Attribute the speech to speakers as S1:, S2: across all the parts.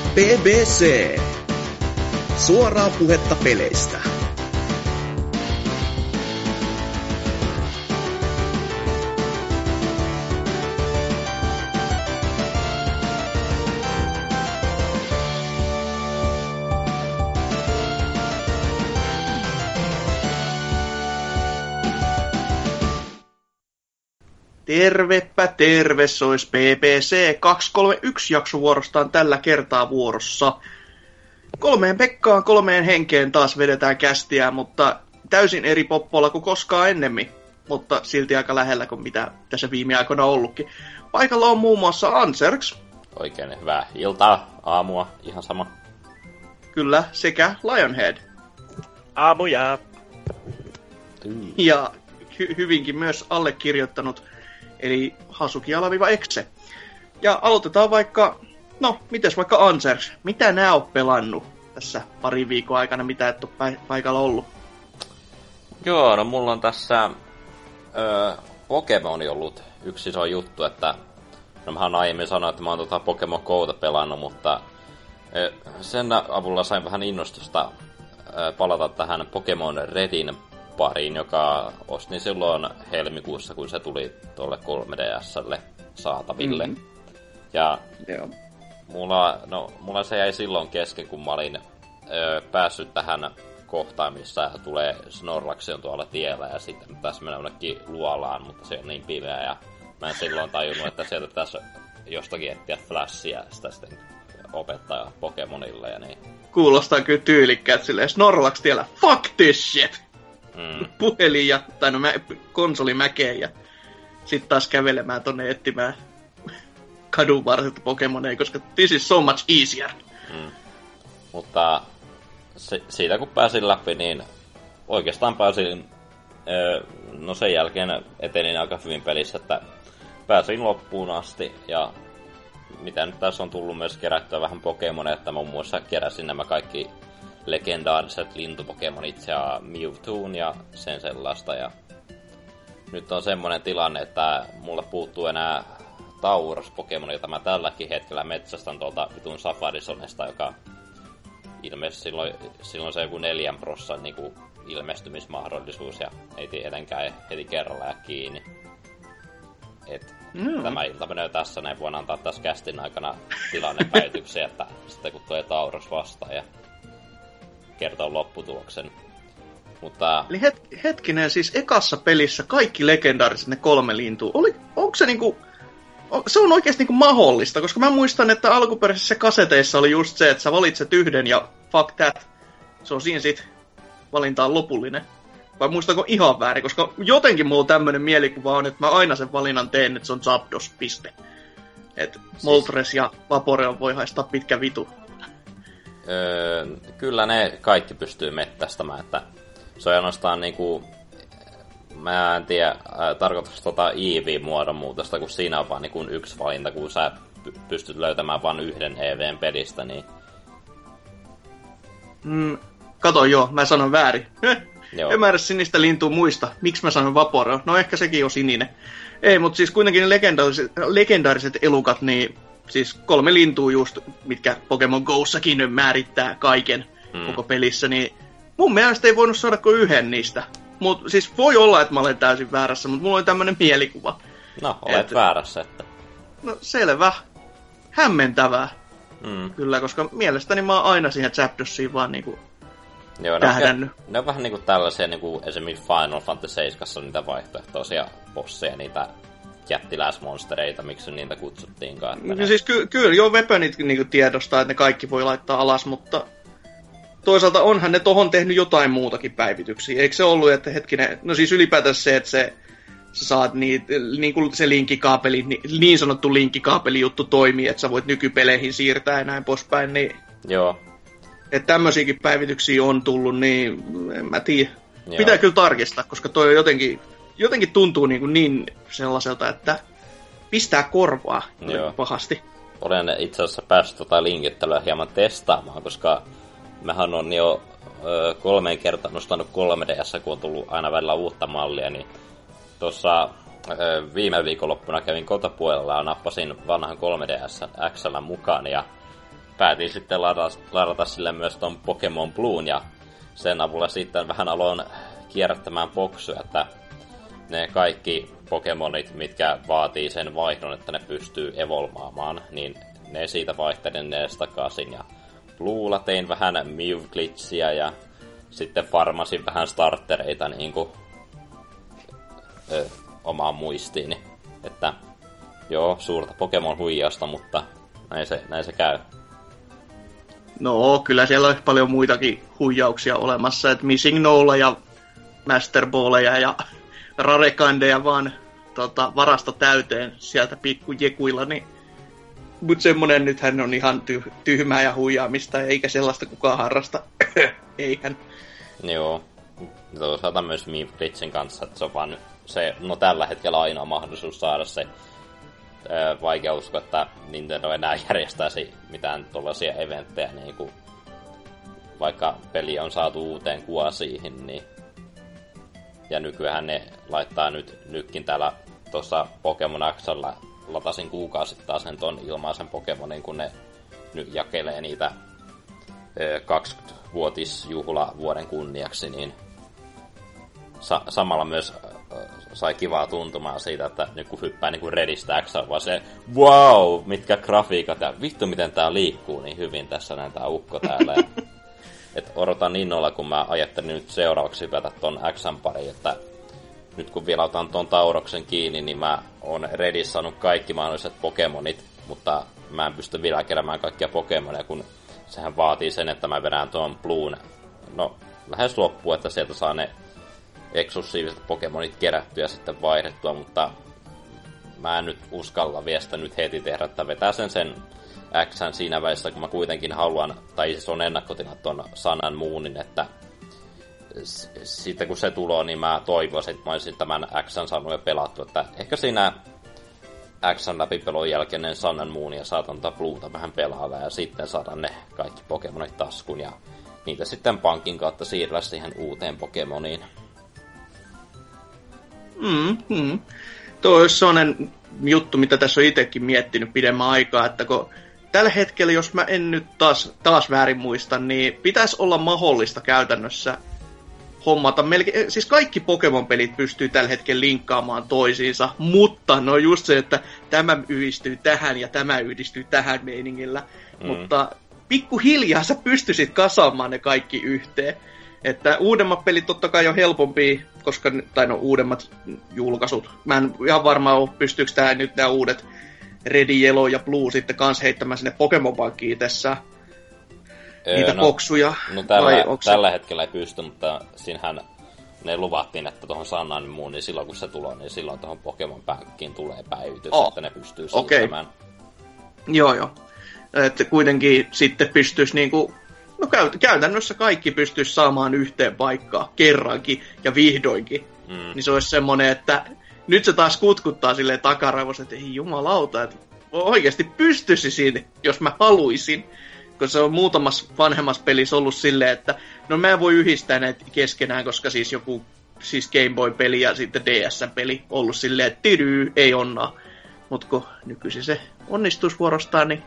S1: BBC. Suoraa puhetta peleistä.
S2: Tervepä terve, se olisi BBC 231 jakso vuorostaan tällä kertaa vuorossa. 3 Pekkaan, 3 henkeen taas vedetään kästiä, mutta täysin eri poppolla kuin koskaan ennemmin. Mutta silti aika lähellä kuin mitä tässä viime aikoina on ollutkin. Paikalla on muun muassa Anserks.
S3: Oikein hyvää iltaa, aamua, ihan sama.
S2: Kyllä, sekä Lionhead.
S4: Aamuja.
S2: Ja hyvinkin myös allekirjoittanut, eli Hasuki-Exe. Ja aloitetaan vaikka, mites vaikka Anserks, mitä nää on pelannut tässä pari viikon aikana, mitä et ole paikalla ollut?
S3: Joo, no mulla on tässä Pokemon ollut yksi iso juttu, että mä oon aiemmin sanonut, että mä oon Pokemon Gota pelannut, mutta sen avulla sain vähän innostusta palata tähän Pokemon Redin pariin, joka ostin silloin helmikuussa, kun se tuli tuolle 3DS:lle saataville. Mm-hmm. Ja mulla se jäi silloin kesken, kun mä olin päässyt tähän kohtaan, missä tulee Snorlaxion tuolla tiellä, ja sitten tässä mennä jonnekin luolaan, mutta se on niin pimeä, ja mä en silloin tajunnut, että sieltä tässä jostakin etsiä Flashia sitä sitten opettaa Pokemonille, ja niin.
S2: Kuulostaa kyllä tyylikkäät silleen, Snorlax tiellä, fuck this shit! Puhelin ja, konsoli mäkeen ja sit taas kävelemään tonne etsimään kadun varsilta Pokemoneja, koska this is so much easier.
S3: Mutta siitä kun pääsin läpi, niin oikeastaan pääsin, sen jälkeen etenin aika hyvin pelissä, että pääsin loppuun asti ja mitä nyt tässä on tullut myös kerättyä vähän Pokemoneja, että muun muassa keräsin nämä kaikki legendaariset lintupokemonit ja Mewtwoon ja sen sellaista. Ja nyt on semmonen tilanne, että mulla puuttuu enää Tauros-pokemoni, jota mä tälläkin hetkellä metsästän tuolta vitun Safarisonesta, joka ilmeisesti silloin se joku 4% niinku ilmestymismahdollisuus ja ei tietenkään heti kerralla jää kiinni. Tämä ilta menee tässä, näin voin antaa tässä kästin aikana tilannepäivityksiä, että sitten kun tulee Tauros vastaan ja kertoo lopputuloksen. Mutta
S2: eli hetkinen, siis ekassa pelissä kaikki legendaariset ne 3 lintua. Onko se niinku, se on oikeesti niinku mahdollista, koska mä muistan, että alkuperäisissä kaseteissa oli just se, että sä valitset yhden ja fuck that. Se on siinä sit valintaan lopullinen. Vai muistanko ihan väärin, koska jotenkin mulla tämmönen mielikuva on, että mä aina sen valinnan teen, että se on Zapdos, piste. Et Moltres ja Vaporeon voi haistaa pitkä vitu.
S3: Kyllä ne kaikki pystyy mettästämään, että se on ainoastaan niinku, mä en tiedä, tarkoitatko EV-muodon muutosta, kun siinä on vaan niinku yksi valinta, kun sä pystyt löytämään vain yhden EVn pelistä, niin
S2: kato joo, mä sanon väärin. En mä edes sinistä lintua muista. Miksi mä sanon Vaporeon? No ehkä sekin on sininen. Ei, mutta siis kuitenkin ne legendaariset elukat, niin siis 3 lintua just, mitkä Pokemon Gossakin määrittää kaiken koko pelissä, niin mun mielestä ei voinut saada kuin yhden niistä. Mut siis voi olla, että mä olen täysin väärässä, mutta mulla oli tämmönen mielikuva.
S3: No, olet väärässä, että
S2: no selvä. Hämmentävää. Kyllä, koska mielestäni mä oon aina siihen Zapdosiin vaan niinku tähdännyt.
S3: Ne on vähän niinku tällaisia, niinku esimerkiksi Final Fantasy 7 niitä vaihtoehtoisia bosseja, niitä jättiläismonstereita, miksi niitä kutsuttiinkaan.
S2: No siis kyllä joo, Weaponit niinku tiedostaa, että ne kaikki voi laittaa alas, mutta toisaalta onhan ne tohon tehnyt jotain muutakin päivityksiä. Eikö se ollut, että hetkinen, no siis ylipäätään se, että sä saat niinku se linkkikaapeli, niin sanottu linkkikaapeli juttu toimii, että sä voit nykypeleihin siirtää ja näin poispäin, niin
S3: joo.
S2: Että tämmöisiäkin päivityksiä on tullut, niin en mä tiedä. Pitää kyllä tarkistaa, koska toi on jotenkin tuntuu niin sellaiselta, että pistää korvaa pahasti.
S3: Olen itse asiassa päässyt linkittelyä hieman testaamaan, koska mähän on jo 3 kertaa nostanut 3DS, kun on tullut aina välillä uutta mallia, niin tuossa viime viikonloppuna kävin kotopuolella ja nappasin vanhan 3DS XL mukaan, ja päätin sitten ladata sille myös ton Pokemon Bluun, ja sen avulla sitten vähän aloin kierrättämään boksuja, että ne kaikki Pokemonit, mitkä vaatii sen vaihdon, että ne pystyy evolmaamaan, niin ne siitä vaihtelin ne takaisin. Ja Bluella tein vähän Mew-glitchiä ja sitten farmasin vähän startereita niinku omaan muistiini. Että joo, suurta Pokemon huijausta, mutta näin se käy.
S2: No, kyllä siellä on paljon muitakin huijauksia olemassa, että Missing Nolla ja Master Balleja ja Rarekandeja vaan varasto täyteen sieltä pikkujekuilla, niin mutta semmonen nythän on ihan tyhmää ja huijaamista, eikä sellaista kukaan harrasta. Eihän.
S3: Joo. Toisaalta myös Mew-glitchin kanssa, että se on vaan se, tällä hetkellä ainoa mahdollisuus saada se, vaikea uskoa, että Nintendo enää järjestäisi mitään tuollaisia eventtejä, niin kuin, vaikka peli on saatu uuteen kuosiin, niin ja nykyään ne laittaa nytkin täällä tuossa Pokemon X:llä latasin kuukausittain sen ton ilmaisen Pokemonin, kun ne nyt jakelee niitä 20-vuotisjuhla vuoden kunniaksi, niin samalla myös sai kivaa tuntumaa siitä, että nyt kun hyppää niin kuin Redistä X, vaan se wow, mitkä grafiikat ja vittu miten tää liikkuu niin hyvin tässä näin tää ukko täällä. Et odotan innolla, kun mä ajattelin nyt seuraavaksi hypätä ton X:n pariin, että nyt kun vielä otan ton Tauroksen kiinni, niin mä oon Redissä saanut kaikki mahdolliset Pokemonit, mutta mä en pysty vielä keräämään kaikkia Pokemonia, kun sehän vaatii sen, että mä vedän tuon Bluun lähes loppuun, että sieltä saa ne eksklusiiviset Pokemonit kerättyä ja sitten vaihdettua, mutta mä en nyt uskalla viestä nyt heti tehdä, että vetää sen X:n siinä välissä, kun mä kuitenkin haluan, tai siis on ennakkotilat ton Sun and Moonin, että sitten kun se tulee, niin mä toivoisin, että mä olisin tämän X:n saanut jo pelattu, että ehkä siinä X:n läpipelun jälkeinen Sun and Moon ja saatan Bluuta vähän pelailla ja sitten saada ne kaikki Pokemonit taskun ja niitä sitten pankin kautta siirrellä siihen uuteen Pokemoniin.
S2: Tuo olisi sellainen juttu, mitä tässä on itsekin miettinyt pidemmän aikaa, että kun tällä hetkellä, jos mä en nyt taas väärin muista, niin pitäisi olla mahdollista käytännössä hommata melkein, siis kaikki Pokemon-pelit pystyy tällä hetkellä linkkaamaan toisiinsa, mutta no just se, että tämä yhdistyy tähän ja tämä yhdistyy tähän meiningillä, mutta pikkuhiljaa sä pystyisit kasaamaan ne kaikki yhteen. Että uudemmat pelit totta kai on helpompia, koska, uudemmat julkaisut. Mä en ihan varmaan ole, pystyykö tää nyt nämä uudet Red, Yellow ja Blue sitten kans heittämään sinne Pokemon-pankkiin tässä niitä boksuja.
S3: No tällä hetkellä ei pysty, mutta siinähän ne luvattiin, että tuohon Sun and Moon, niin silloin kun se tulee, niin silloin tuohon Pokemon-pankkiin tulee päivitys, että ne pystyy siirtämään.
S2: Joo. Että kuitenkin sitten pystyisi niinku, no käytännössä kaikki pystyisi saamaan yhteen paikkaan kerrankin ja vihdoinkin. Niin se olisi semmoinen, että nyt se taas kutkuttaa silleen takaraivossa, että ei jumalauta, että oikeasti pystyisin, jos mä haluisin. Kun se on muutamassa vanhemmassa pelissä ollut silleen, että no mä en voi yhdistää näitä keskenään, koska siis joku Game Boy-peli ja sitten DS-peli ollut silleen, että ei onnaa. Mut kun nykyisin se onnistuisi vuorostaan, niin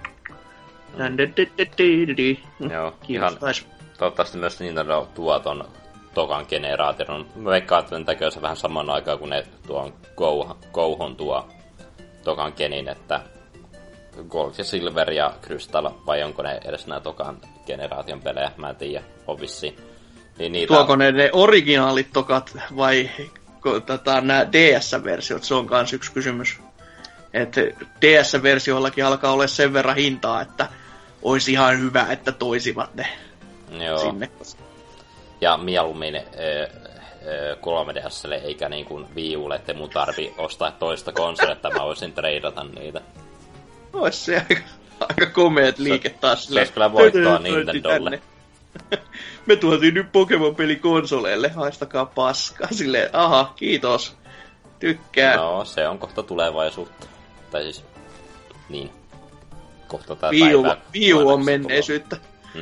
S3: joo, ihan toivottavasti myös Nintendo tuo ton tokan generaation. Mä veikkaan, että tekee se vähän saman aikaan, kun ne tuon Gouhon tuo tokan genin, että Gold ja Silver ja Crystal, vai onko ne edes nää tokan generaation pelejä, mä en tiedä, on vissiin. Niin niitä
S2: tuoko ne originaalit tokat vai nämä DS-versiot, se on kans yksi kysymys. Että DS-versioillakin alkaa olla sen verran hintaa, että olisi ihan hyvä, että toisivat ne sinne.
S3: Ja mieluummin 3DSlle eikä niin kuin Wii Ulle, ettei mun tarvi ostaa toista konsolia, että mä voisin treidata niitä.
S2: Ois se aika komeet liike taas.
S3: Se olisi kyllä voittoa Nintendolle.
S2: Me tuotiin nyt Pokemon-peli konsoleille, haistakaa paskaa. Silleen, aha, kiitos. Tykkään.
S3: No, se on kohta tulevaisuutta. Tai siis, niin. Kohta tää
S2: Wii U on menneisyyttä.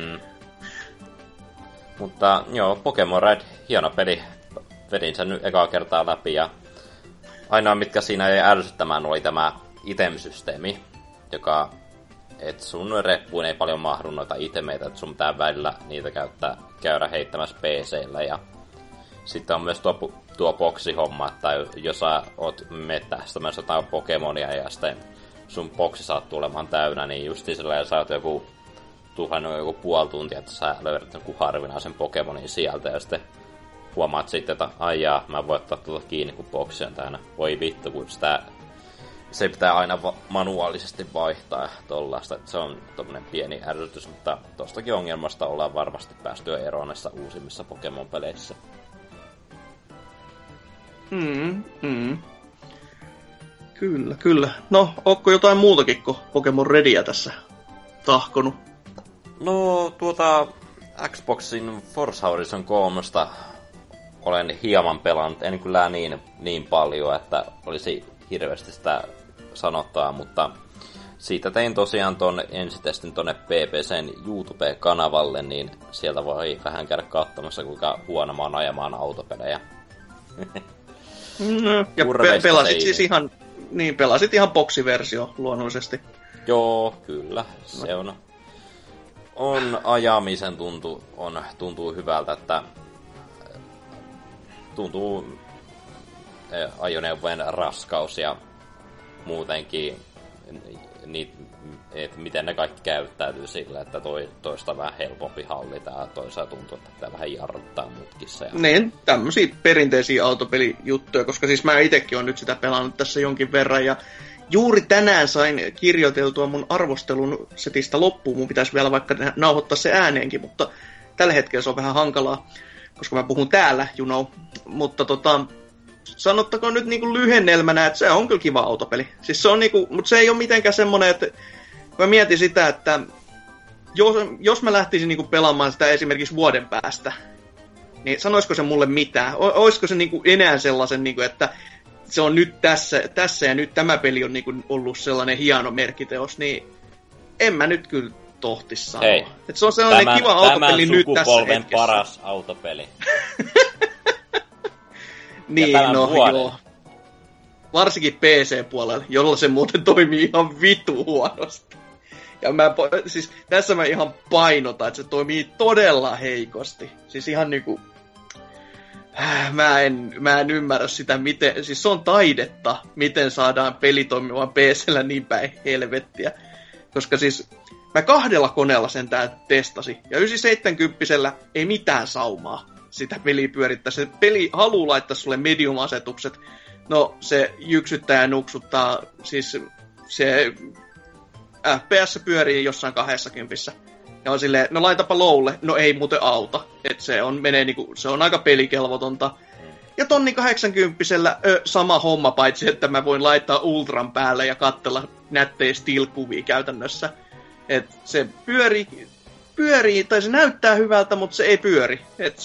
S3: Mutta joo, Pokemon Red, hieno peli. Vedin sen nyt ekaa kertaa läpi ja ainoa mitkä siinä ei ärsyttämään oli tämä item-systeemi, joka että sun reppuun ei paljon mahdu noita itemeitä, että sun pitää välillä niitä käydä heittämässä PC:llä. Ja sitten on myös tuo boksihomma, että jos sä oot mettästämässä jotain Pokemonia ja sitten sun boksi sattuu olemaan täynnä, niin justi sillä ja sä oot joku puoli tuntia, että sä löydät joku harvinaisen Pokemonin sieltä ja sitten huomaat sitten, että aijaa, mä voin ottaa tuota kiinni, kun boksi on täynnä. Voi vittu, kun se pitää aina manuaalisesti vaihtaa tollaista, että se on tommonen pieni ärsytys, mutta tostakin ongelmasta ollaan varmasti päästy eroon näissä uusimmissa Pokemon-peleissä.
S2: Kyllä. No, onko jotain muutakin kuin Pokemon Redia tässä tahkonut?
S3: No, Xboxin Forza Horizon 3 olen hieman pelannut, en kyllä niin paljon, että olisi hirveästi sitä sanottaa, mutta siitä tein tosiaan ton ensitestin tonne PPCn YouTube-kanavalle, niin sieltä voi vähän käydä katsomassa, kuinka huono mä oon ajamaan autopelejä.
S2: Ja pelasit siis pelasit ihan boksiversio luonnollisesti.
S3: Joo, kyllä, se on ajamisen tuntuu hyvältä, että tuntuu ajoneuvojen raskaus ja muutenkin, että miten ne kaikki käyttäytyy sillä, että toista vähän helpompi hallita ja toisaalta tuntuu, että pitää vähän jarruttaa mutkissa.
S2: Niin, tämmöisiä perinteisiä autopelijuttuja, koska siis mä itsekin olen nyt sitä pelannut tässä jonkin verran ja juuri tänään sain kirjoiteltua mun arvostelun setistä loppuun. Mun pitäisi vielä vaikka nauhoittaa se ääneenkin, mutta tällä hetkellä se on vähän hankalaa, koska mä puhun täällä, Mutta sanottakoon nyt niinku lyhennelmänä, että se on kyllä kiva autopeli. Siis se on niinku, mutta se ei ole mitenkään semmonen, että mä mietin sitä, että jos mä lähtisin niinku pelaamaan sitä esimerkiksi vuoden päästä, niin sanoisiko se mulle mitään? Olisiko se niinku enää sellaisen, niinku, että se on nyt tässä ja nyt tämä peli on niinku ollut sellainen hieno merkkiteos, niin en mä nyt kyllä tohtis sanoa.
S3: Hei,
S2: että se on sellainen kiva autopeli nyt tässä hetkessä.
S3: Tämän sukupolven paras autopeli.
S2: Niin, joo. Varsinkin PC-puolella, jolla se muuten toimii ihan vitu huonosti. Ja siis tässä mä ihan painotan, että se toimii todella heikosti. Siis ihan niinku Mä en ymmärrä sitä, miten, siis se on taidetta, miten saadaan peli toimimaan PC:llä niin päin helvettiä. Koska siis mä 2 koneella sen testasin, ja 970 ei mitään saumaa sitä peliä pyörittää. Se peli haluaa laittaa sulle medium-asetukset, no se jyksyttää ja nuksuttaa, siis se FPS pyörii jossain 20. Ja on silleen, no laitapa lowlle, no ei muuten auta. Että se on aika pelikelvotonta. Ja 80 sama homma, paitsi että mä voin laittaa ultran päälle ja katsella nättejä still-kuvia käytännössä. Että se pyörii, tai se näyttää hyvältä, mutta se ei pyöri.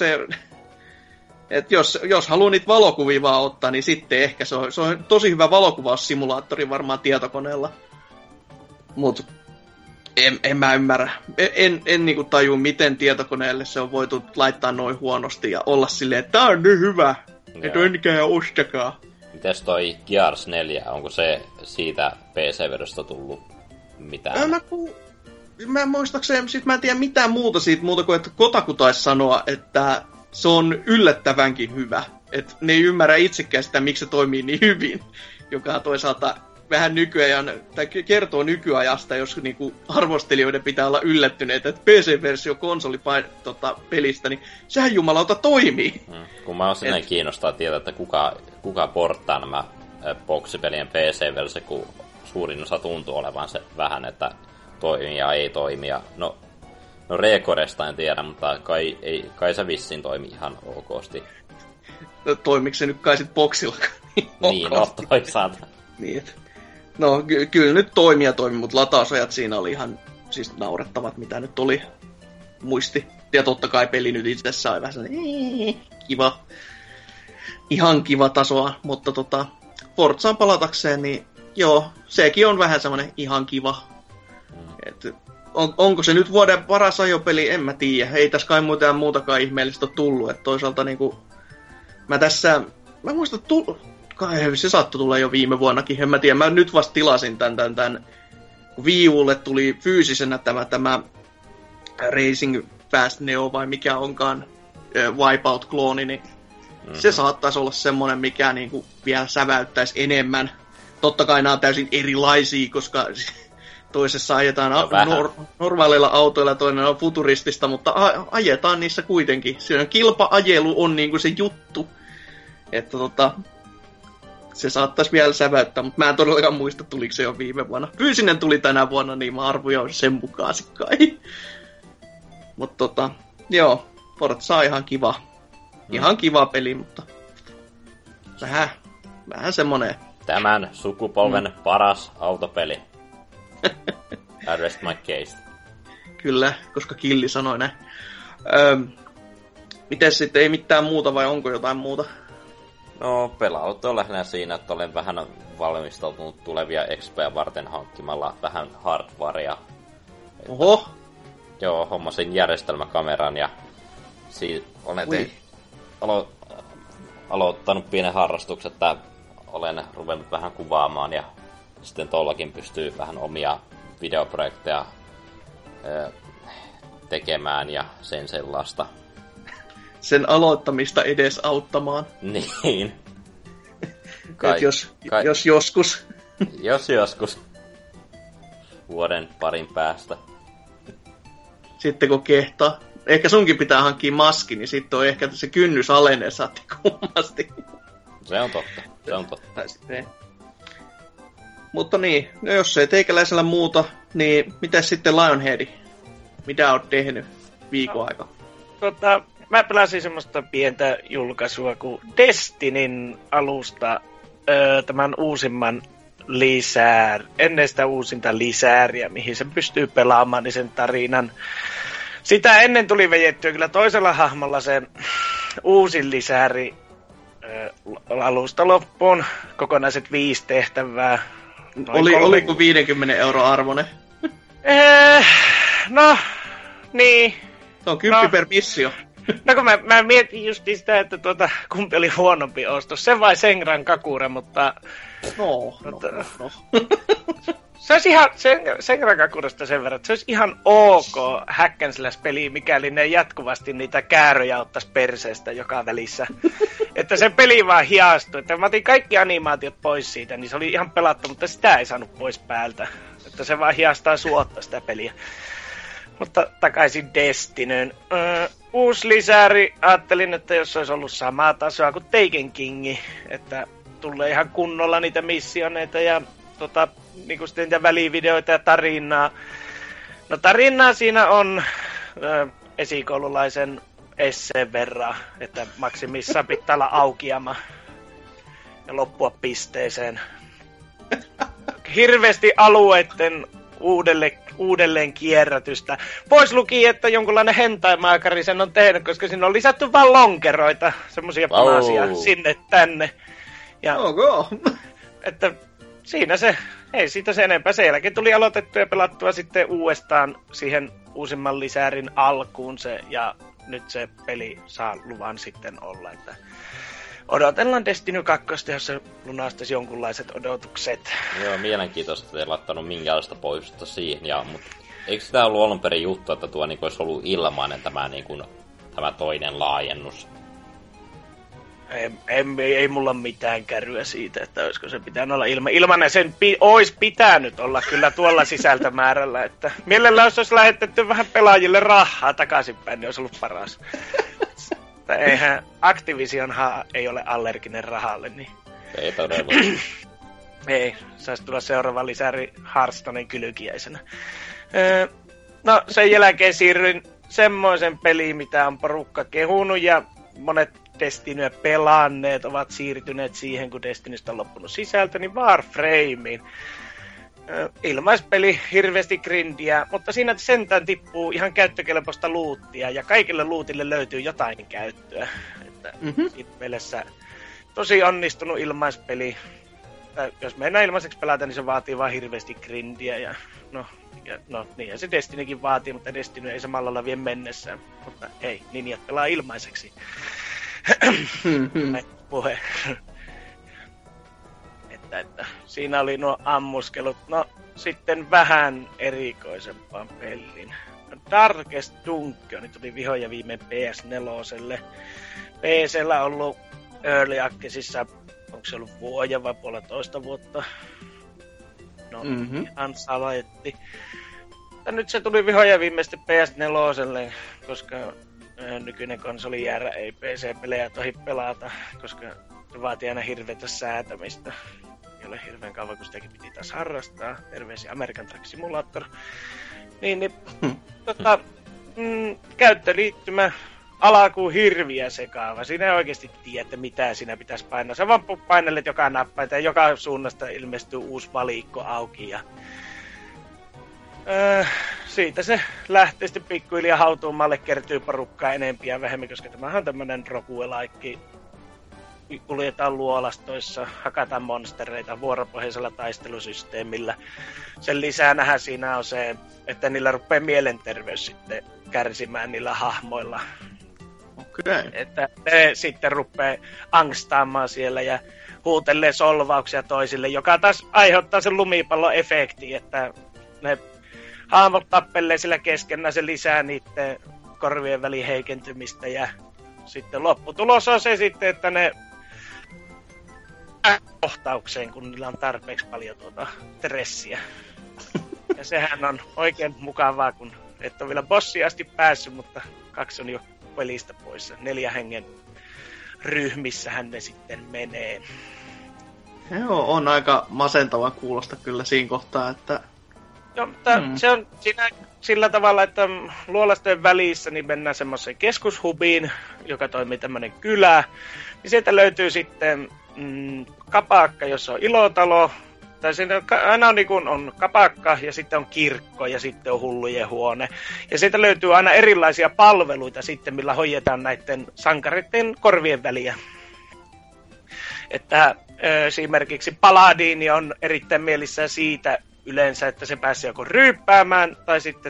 S2: Että jos haluaa niitä valokuvia vaan ottaa, niin sitten ehkä se on tosi hyvä valokuvaussimulaattori varmaan tietokoneella. Mut en mä ymmärrä. En niinku taju, miten tietokoneelle se on voitu laittaa noin huonosti ja olla silleen, että tää on niin hyvä, että enkää ostakaa.
S3: Mites toi Gears 4, onko se siitä PC-vedosta tullut mitään?
S2: Mä muistaakseni, mä en tiedä mitään muuta siitä, muuta kuin että Kotaku taisi sanoa, että se on yllättävänkin hyvä. Että ne ei ymmärrä itsekään sitä, miksi se toimii niin hyvin, joka toisaalta vähän nykyajan, tai kertoo nykyajasta, jos niinku arvostelijoiden pitää olla yllättyneitä, että PC-versio konsolipelistä, niin sehän jumalauta toimii.
S3: Kun mä oon sinne kiinnostaa tietää, että kuka porttaa nämä boksipelien PC-versio, kun suurin osa tuntuu olevan se vähän, että toimii ja ei toimi. No Rekoresta en tiedä, mutta kai se vissiin toimi ihan okosti.
S2: No toimiko se nyt kai sit boksillakaan?
S3: Niin, no toisaalta.
S2: Niin, no kyllä nyt toimi, mutta latausajat siinä oli ihan siis naurettavat, mitä nyt oli muisti. Ja totta kai peli nyt itse sai vähän sellainen kiva, ihan kiva tasoa, mutta Forzaan palatakseen, niin joo, sekin on vähän semmoinen ihan kiva. Et, onko se nyt vuoden paras ajopeli, en mä tiedä. Ei tässä kai muutakaan ihmeellistä ole tullut, että toisaalta niinku mä muistan se saattoi tulla jo viime vuonnakin, en mä tiedä. Mä nyt vasta tilasin tän kun Wii Ulle tuli fyysisenä tämä Racing Fast Neo vai mikä onkaan Wipeout-klooni, niin se saattaisi olla semmoinen, mikä niinku vielä säväyttäisi enemmän. Totta kai nämä on täysin erilaisia, koska toisessa ajetaan normaaleilla autoilla, toinen on futuristista, mutta ajetaan niissä kuitenkin. Siinä kilpa-ajelu on niinku se juttu, että se saattaisi vielä säväyttää, mutta mä en todellakaan muista, tuliko se jo viime vuonna. Fyysinen tuli tänä vuonna, niin mä arvioin sen mukaan kai. Mutta joo, Forza on ihan kiva. Ihan kiva peli, mutta vähän semmonen.
S3: Tämän sukupolven paras autopeli. I rest my case.
S2: Kyllä, koska Killi sanoi näin. Mites sitten, ei mitään muuta vai onko jotain muuta?
S3: No, pelaut on lähinnä siinä, että olen vähän valmistautunut tulevia XP:ä varten hankkimalla vähän hardwarea.
S2: Oho!
S3: Joo, hommasin järjestelmäkameran ja olen aloittanut pienen harrastuksen, että olen ruvennut vähän kuvaamaan ja sitten tollakin pystyy vähän omia videoprojekteja tekemään ja sen sellaista.
S2: Sen aloittamista edes auttamaan.
S3: Niin.
S2: Jos joskus.
S3: Jos joskus. Vuoden parin päästä.
S2: Sitten kun kehtaa. Ehkä sunkin pitää hankkia maski, niin sitten on ehkä se kynnys alenee saatti kummasti.
S3: Se on totta.
S2: Mutta niin, no jos ei teikäläisellä muuta, niin mitäs sitten Lionhead? Mitä oot tehnyt viikon aikaa?
S4: Mä pelasin semmoista pientä julkaisua kuin Destinyn alusta tämän uusimman ennen sitä uusinta lisääriä, mihin se pystyy pelaamaan, niin sen tarinan. Sitä ennen tuli vejettyä kyllä toisella hahmolla sen uusin lisääri alusta loppuun. Kokonaiset 5 tehtävää.
S2: Oliko 50 € arvoinen?
S4: No, niin.
S2: Se on 10 per missio.
S4: No kun mä mietin just sitä, että kumpi oli huonompi ostos. Se vai Senran Kakure, mutta...
S2: No.
S4: Se olisi ihan Senran Kakuresta sen verran, että se olisi ihan ok hack and slash -peli, mikäli ne jatkuvasti niitä kääröjä ottaisi perseestä joka välissä. Että se peli vaan hiastui. Että mä otin kaikki animaatiot pois siitä, niin se oli ihan pelattu, mutta sitä ei saanut pois päältä. Että se vaan hiastaa suotta sitä peliä. Mutta takaisin Destinyn. Uusi lisääri. Ajattelin, että jos olisi ollut samaa tasoa kuin Taken Kingi, että tulee ihan kunnolla niitä missioneita ja niinku sitten niitä välivideoita ja tarinaa. No tarinaa siinä on esikoululaisen esseen verran, että maksimissaan pitää olla aukiama ja loppua pisteeseen. Hirveästi alueiden uudelleen kierrätystä. Pois luki, että jonkunlainen hentai-maakari sen on tehnyt, koska siinä on lisätty vaan lonkeroita, semmosia punaisia sinne tänne. Ja, että siinä se, ei siitä se enempää. Sen jälkeen tuli aloitettua ja pelattua sitten uudestaan siihen uusimman lisäärin alkuun se, ja nyt se peli saa luvan sitten olla, että odotellaan Destiny 2, jos se lunastaisi jonkunlaiset odotukset.
S3: Joo, mielenkiintoista, että ei laittanut minkäänlaista poistusta siihen. Mutta eikö sitä ollut alun perin juttu, että tuo niin olisi ollut ilmainen tämä toinen laajennus?
S4: Ei mulla mitään kärryä siitä, että olisiko se pitänyt olla ilmainen. Sen olisi pitänyt olla kyllä tuolla sisältömäärällä. Että mielellään jos olisi lähetetty vähän pelaajille rahaa takaisinpäin, niin olisi ollut paras. Eihän Activisionhan ei ole allerginen rahalle, niin...
S3: Ei todella.
S4: Ei, saisi tulla seuraava lisääri Hearthstonen kylkiäisenä. No, sen jälkeen siirryin semmoisen peliin, mitä on porukka kehunut, ja monet Destinyä pelanneet ovat siirtyneet siihen, kun Destinystä on loppunut sisältö, niin Warframeen. Ilmaispeli, hirveästi grindiä, mutta siinä sentään tippuu ihan käyttökelpoista luuttia, ja kaikille luutille löytyy jotain käyttöä. Että siinä mielessä tosi onnistunut ilmaispeli. Jos mennään ilmaiseksi pelata, niin se vaatii vaan hirveästi grindiä, ja niin se Destinykin vaatii, mutta Destiny ei samalla lailla vie mennessään. Mutta hei, ninjat pelaa ilmaiseksi. Puhe. Että siinä oli nuo ammuskelut. No, sitten vähän erikoisempaan peliin. Darkest Dungeon tuli vihdoin ja viimein PS4:lle. PC:llä on ollut Early Accessissa, onko se ollut vuoden vai 1,5 vuotta? No, ihan salajetti. Ja nyt se tuli vihdoin ja viimein PS4:lle, koska nykyinen konsolijärä ei PC-pelejä tohi pelata, koska se vaatii aina hirveätä säätämistä. Ei ole hirveän kauan, kun sitäkin piti taas harrastaa. Terveisiä American Truck Simulator. Käyttöliittymä alkuun hirviä sekaava. Siinä ei oikeasti tiedä, että mitä siinä pitäisi painaa. Sä vaan painelet joka nappaita ja joka suunnasta ilmestyy uusi valikko auki. Ja siitä se lähtee sitten pikkuhiljaa hautuumalle, kertyy porukkaa enempiä ja vähemmän, koska tämähän on tämmönen roguelike. Kuljetaan luolastoissa, hakataan monstereita vuoropohjaisella taistelusysteemillä. Sen lisäänähän siinä on se, että niillä rupeaa mielenterveys sitten kärsimään niillä hahmoilla.
S2: Okei.
S4: Että ne sitten rupeaa angstaamaan siellä ja huutelee solvauksia toisille, joka taas aiheuttaa sen lumipallon efekti, että ne hahmot tappelee sillä keskenään, se lisää niiden korvien välin heikentymistä ja sitten lopputulos on se sitten, että ne kohtaukseen, kun niillä on tarpeeksi paljon stressiä. Ja sehän on oikein mukavaa, kun et ole vielä bossiin asti päässyt, mutta 2 on jo pelistä pois. 4 hengen ryhmissähän ne sitten menee.
S2: Joo, on aika masentava kuulosta kyllä siinä kohtaa, että
S4: Joo, mutta se on siinä sillä tavalla, että luolastojen välissä niin mennään semmoiseen keskushubiin, joka toimii tämmönen kylä. Niin sieltä löytyy sitten kapakka, jossa on ilotalo. Tai siinä aina on, niin kuin, on kapakka ja sitten on kirkko ja sitten on hullujen huone. Ja sieltä löytyy aina erilaisia palveluita sitten, millä hoidetaan näiden sankareiden korvien väliä. Että esimerkiksi Paladini on erittäin mielissään siitä yleensä, että se pääsee joko ryyppäämään tai sitten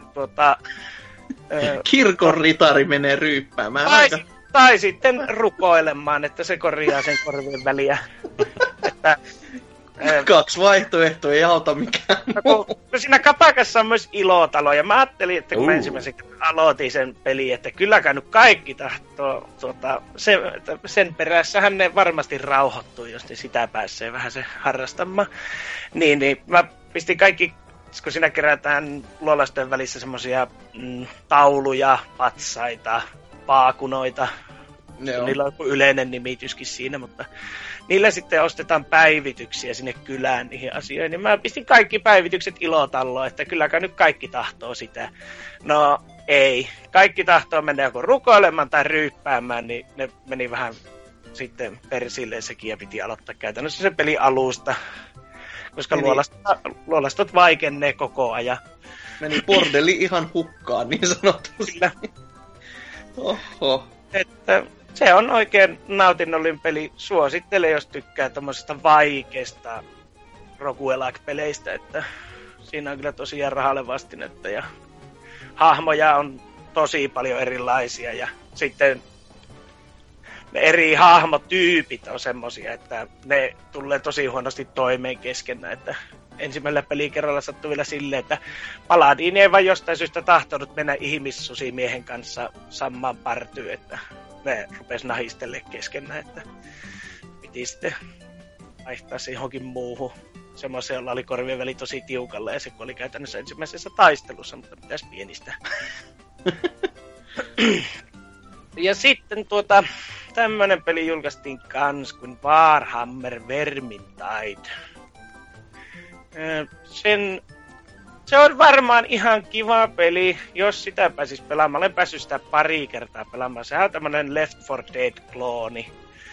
S2: kirkon ritari menee ryyppäämään.
S4: Tai sitten rukoilemaan, että se korjaa sen korvien väliä. Että
S2: 2 vaihtoehtoa ei auta mikään.
S4: No siinä kapakassa on myös ilotalo, ja mä ajattelin, että kun mä ensimmäisen aloitin sen peliin, että kylläkään nyt kaikki tahtoo, sen perässähän ne varmasti rauhoittuu, jos ne sitä pääsee vähän se harrastamaan. Niin mä pistin kaikki, kun siinä kerätään luolastojen välissä semmosia tauluja, patsaita, paakunoita. Joo. Niillä on yleinen nimityskin siinä, mutta niillä sitten ostetaan päivityksiä sinne kylään niihin asioihin. Niin mä pistin kaikki päivitykset ilotalloon, että kylläkään nyt kaikki tahtoo sitä. No ei. Kaikki tahtoo mennä joko rukoilemaan tai ryyppäämään, niin ne meni vähän sitten persilleen sekin ja piti aloittaa käytännössä se peli alusta. Koska luolastot vaikenee koko ajan.
S2: Meni bordelli ihan hukkaan niin sanotusti.
S4: Kyllä.
S2: Oho.
S4: Että se on oikein nautinnollinen peli. Suosittelen, jos tykkää tommosesta vaikeasta roguelike-peleistä, että siinä on kyllä tosiaan rahalle vastinetta ja hahmoja on tosi paljon erilaisia ja sitten ne eri hahmotyypit on semmosia, että ne tulee tosi huonosti toimeen keskenään, että ensimmäisellä pelikerralla sattui vielä silleen, että Paladini ei vaan jostain syystä tahtonut mennä ihmissusimiehen kanssa samaan partyyn, että ne rupes nahistelemaan keskenään, että piti sitten vaihtaa se johonkin muuhun. Semmoisen, jolla oli korvien väli tosi tiukalla ja se oli käytännössä ensimmäisessä taistelussa, mutta mitäs pienistä. Ja sitten tämmönen peli julkaistiin kans kuin Warhammer Vermintide. Se on varmaan ihan kiva peli, jos sitä pääsis pelaamaan. Olen päässyt sitä pari kertaa pelaamaan. Sehän on tämmönen Left 4 Dead-klooni.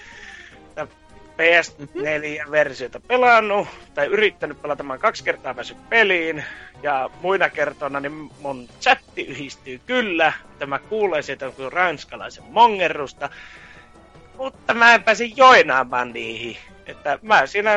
S4: PS4-versiota pelannut, tai yrittänyt pelata, mä 2 kertaa päässyt peliin, ja muina kertoina niin mun chatti yhdistyy kyllä, että mä kuulen sieltä jonkun ranskalaisen mongerrusta, mutta mä en pääse joinaamaan niihin. Että mä siinä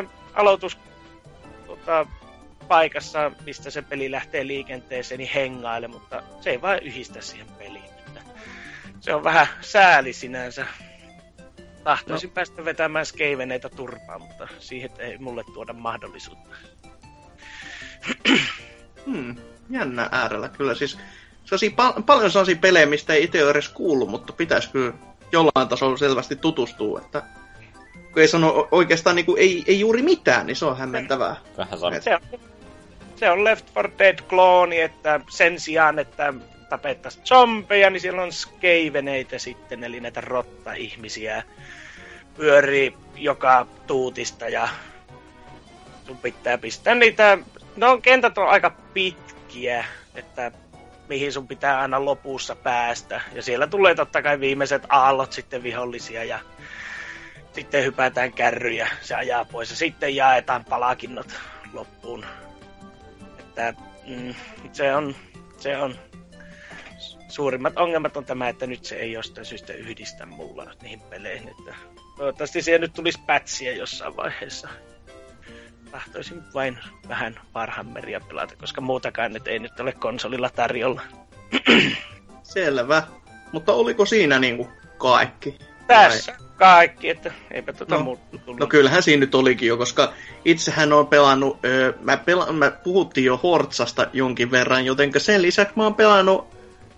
S4: paikassa, mistä se peli lähtee liikenteeseen, niin hengaile, mutta se ei vaan yhdistä siihen peliin. Että se on vähän sääli sinänsä. Tahtoisin päästä vetämään skeiveneitä turpaan, mutta siihen ei mulle tuoda mahdollisuutta.
S2: Jännä äärellä kyllä. Siis paljon sellaisia pelejä, mistä ei itse ole edes kuullut, mutta pitäisi kyllä jollain tasolla selvästi tutustua. Että kun ei sano oikeastaan niin kuin, ei juuri mitään, niin se on hämmentävää.
S3: Vähän
S4: se on Left 4 Dead-klooni, että sen sijaan, että tapettaisiin zombeja, niin siellä on skeiveneitä sitten, eli näitä rotta-ihmisiä pyörii joka tuutista ja sun pitää pistää niitä. No, kentät on aika pitkiä, että mihin sun pitää aina lopussa päästä. Ja siellä tulee totta kai viimeiset aallot sitten vihollisia ja sitten hypätään kärryjä, se ajaa pois ja sitten jaetaan palakinnot loppuun. Että se on suurimmat ongelmat on tämä, että nyt se ei jostain syystä yhdistä mulla niihin peleihin. Että toivottavasti siihen nyt tulisi patchia jossain vaiheessa. Tahtoisin vain vähän Warhammeria pelata, koska muutakaan nyt ei nyt ole konsolilla tarjolla.
S2: Selvä. Mutta oliko siinä niinku kaikki?
S4: Tässä kaikki, että eipä muuta tullut.
S2: No kyllähän siinä nyt olikin jo, koska itsehän on pelannut, mä puhuttiin jo Horzasta jonkin verran, jotenka sen lisäksi mä oon pelannut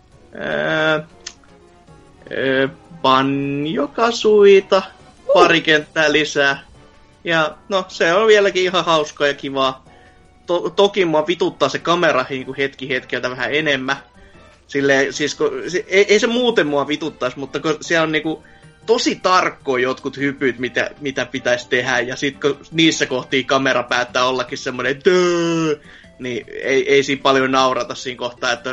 S2: Banjo-Kazooieta, pari kenttää lisää. Ja no, se on vieläkin ihan hauskaa ja kivaa. Toki mua vituttaa se kamera niin hetkeltä vähän enemmän. Silleen, siis ei se muuten mua vituttaisi, mutta kun siellä on niinku tosi tarkkoja jotkut hypyt, mitä pitäisi tehdä, ja sitten kun niissä kohtiin kamera päättää ollakin semmoinen niin ei siinä paljon naurata siinä kohtaa, että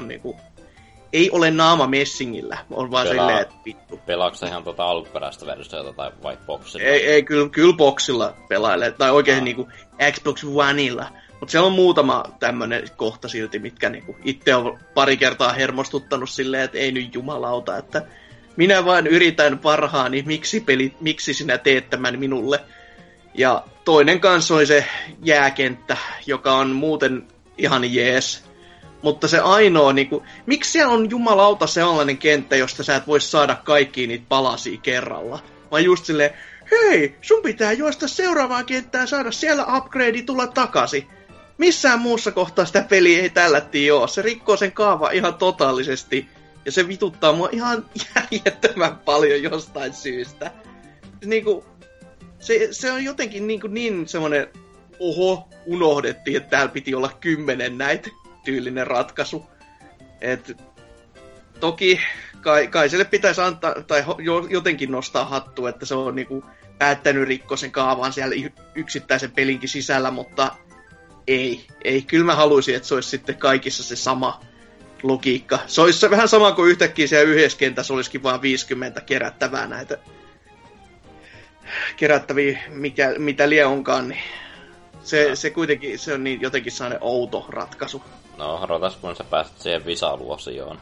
S2: ei ole naama messingillä, on vaan silleen, että vittu.
S3: Pelaatko sä ihan alkuperäistä versiota tai vai boxilla?
S2: Ei kyllä boxilla pelailee, tai oikein niinku Xbox Oneilla. Mutta siellä on muutama tämmönen kohta silti, mitkä niinku itse on pari kertaa hermostuttanut silleen, että ei nyt jumalauta, että minä vain yritän parhaani, miksi sinä teet tämän minulle. Ja toinen kanssa oli se jääkenttä, joka on muuten ihan jees. Mutta se ainoa, niinku, miksi siellä on jumalauta sellainen kenttä, josta sä et voi saada kaikkia niitä palasia kerralla? Vaan just silleen, hei, sun pitää juosta seuraavaan kenttään, saada siellä upgrade, tulla takaisin. Missään muussa kohtaa sitä peliä ei tällättiin oo. Se rikkoo sen kaava ihan totaalisesti. Ja se vituttaa mua ihan järjettömän paljon jostain syystä. Niinku, se on jotenkin niin semmonen, unohdettiin, että täällä piti olla 10 näitä tyylinen ratkaisu. Et toki kai sille pitäisi antaa, tai jotenkin nostaa hattua, että se on niinku päättänyt rikkoa sen kaavan siellä yksittäisen pelinkin sisällä, mutta ei. Kyllä mä haluaisin, että se olisi sitten kaikissa se sama logiikka. Se olisi vähän sama kuin yhtäkkiä siellä yhdessä kentässä olisikin vain 50 kerättävää näitä kerättäviä, mitä lie onkaan, niin se kuitenkin se on niin jotenkin sellainen outo ratkaisu.
S3: No, odotas kun sä pääset siihen Visalu-osioon.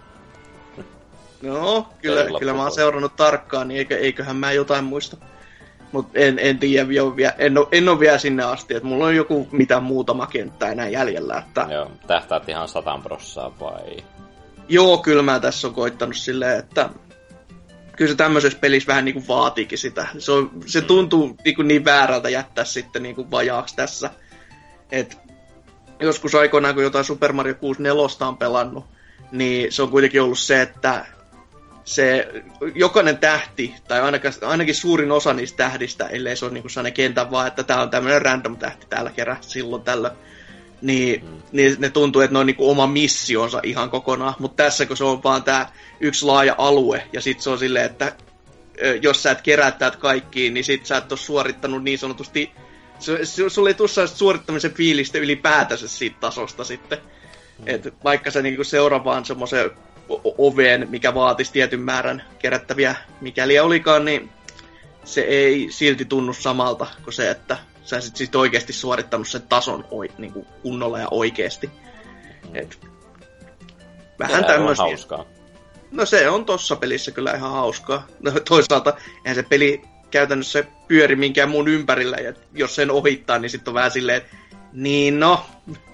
S2: No, kyllä mä oon seurannut tarkkaan, niin eiköhän mä jotain muista. Mut en tiedä, en oo vielä sinne asti, että mulla on joku muutama kenttä enää jäljellä. Että
S3: joo, tähtäät ihan 100% vai?
S2: Joo, kyllä mä tässä on koittanut silleen, että kyllä se tämmöisessä pelissä vähän niinku vaatiikin sitä. Se tuntuu niin väärältä jättää sitten niinku vajaaksi tässä. Et joskus aikoinaan, kun jotain Super Mario 64 on pelannut, niin se on kuitenkin ollut se, että se jokainen tähti, tai ainakin suurin osa niistä tähdistä, ellei se ole niinku sellainen kentän vaan, että tää on tämmöinen random tähti täällä kerää silloin tällöin, niin ne tuntuu, että ne on niinku oma missionsa ihan kokonaan. Mutta tässä, kun se on vaan tää yksi laaja alue, ja sit se on silleen, että jos sä et kerää täältä kaikkiin, niin sit sä et ole suorittanut niin sanotusti, sulle ei tule suorittamisen fiilistä ylipäätänsä siitä tasosta sitten. Et vaikka sä niinku seuraa vaan semmoisen oveen, mikä vaatisi tietyn määrän kerättäviä mikäli olikaan, niin se ei silti tunnu samalta kuin se, että sä sit oikeasti suorittanut sen tason niinku kunnolla ja oikeasti. Et vähän tämmöisiä. Hauskaa. No se on tossa pelissä kyllä ihan hauskaa. No, toisaalta eihän se peli käytännössä pyöri minkään muun ympärillä, ja jos sen ohittaa, niin sitten on vähän silleen, niin no,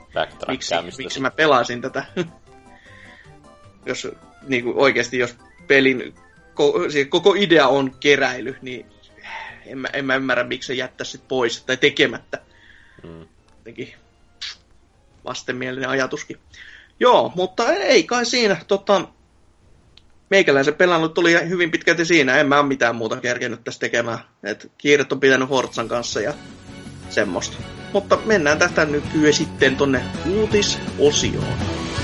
S2: miksi mä pelasin tätä? Jos niin oikeasti, jos pelin koko idea on keräily, niin en mä ymmärrä, miksi se jättäisi sit pois tai tekemättä. Jotenkin vastenmielinen ajatuskin. Joo, mutta ei kai siinä. Meikäläisen pelannut tuli hyvin pitkälti siinä. En mä ole mitään muuta kerkenyt tässä tekemään. Et kiiret on pitänyt Forzan kanssa ja semmoista. Mutta mennään tästä nykyään sitten tonne uutisosioon.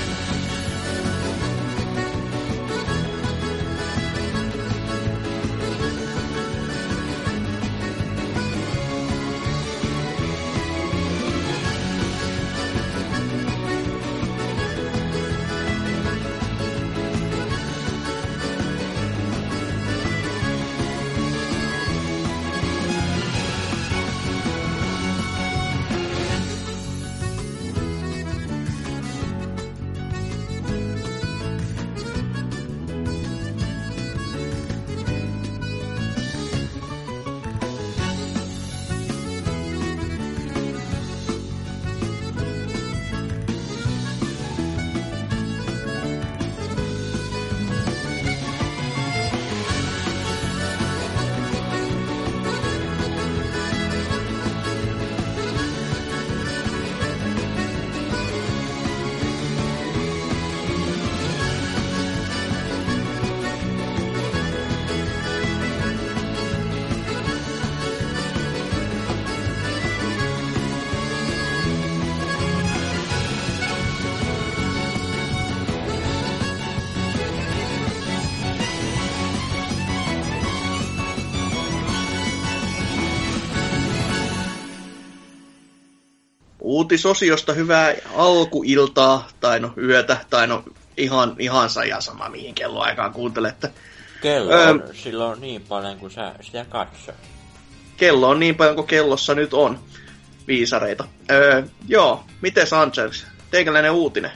S2: Uutisosiosta hyvää alkuiltaa, tai no yötä, tai no ihan sama mihin kelloaikaan kuuntelette.
S3: Kello on silloin niin paljon kuin sä sitä katsot.
S2: Kello on niin paljon kuin kellossa nyt on viisareita. Joo, miten Sanchez? Teikäläinen uutinen?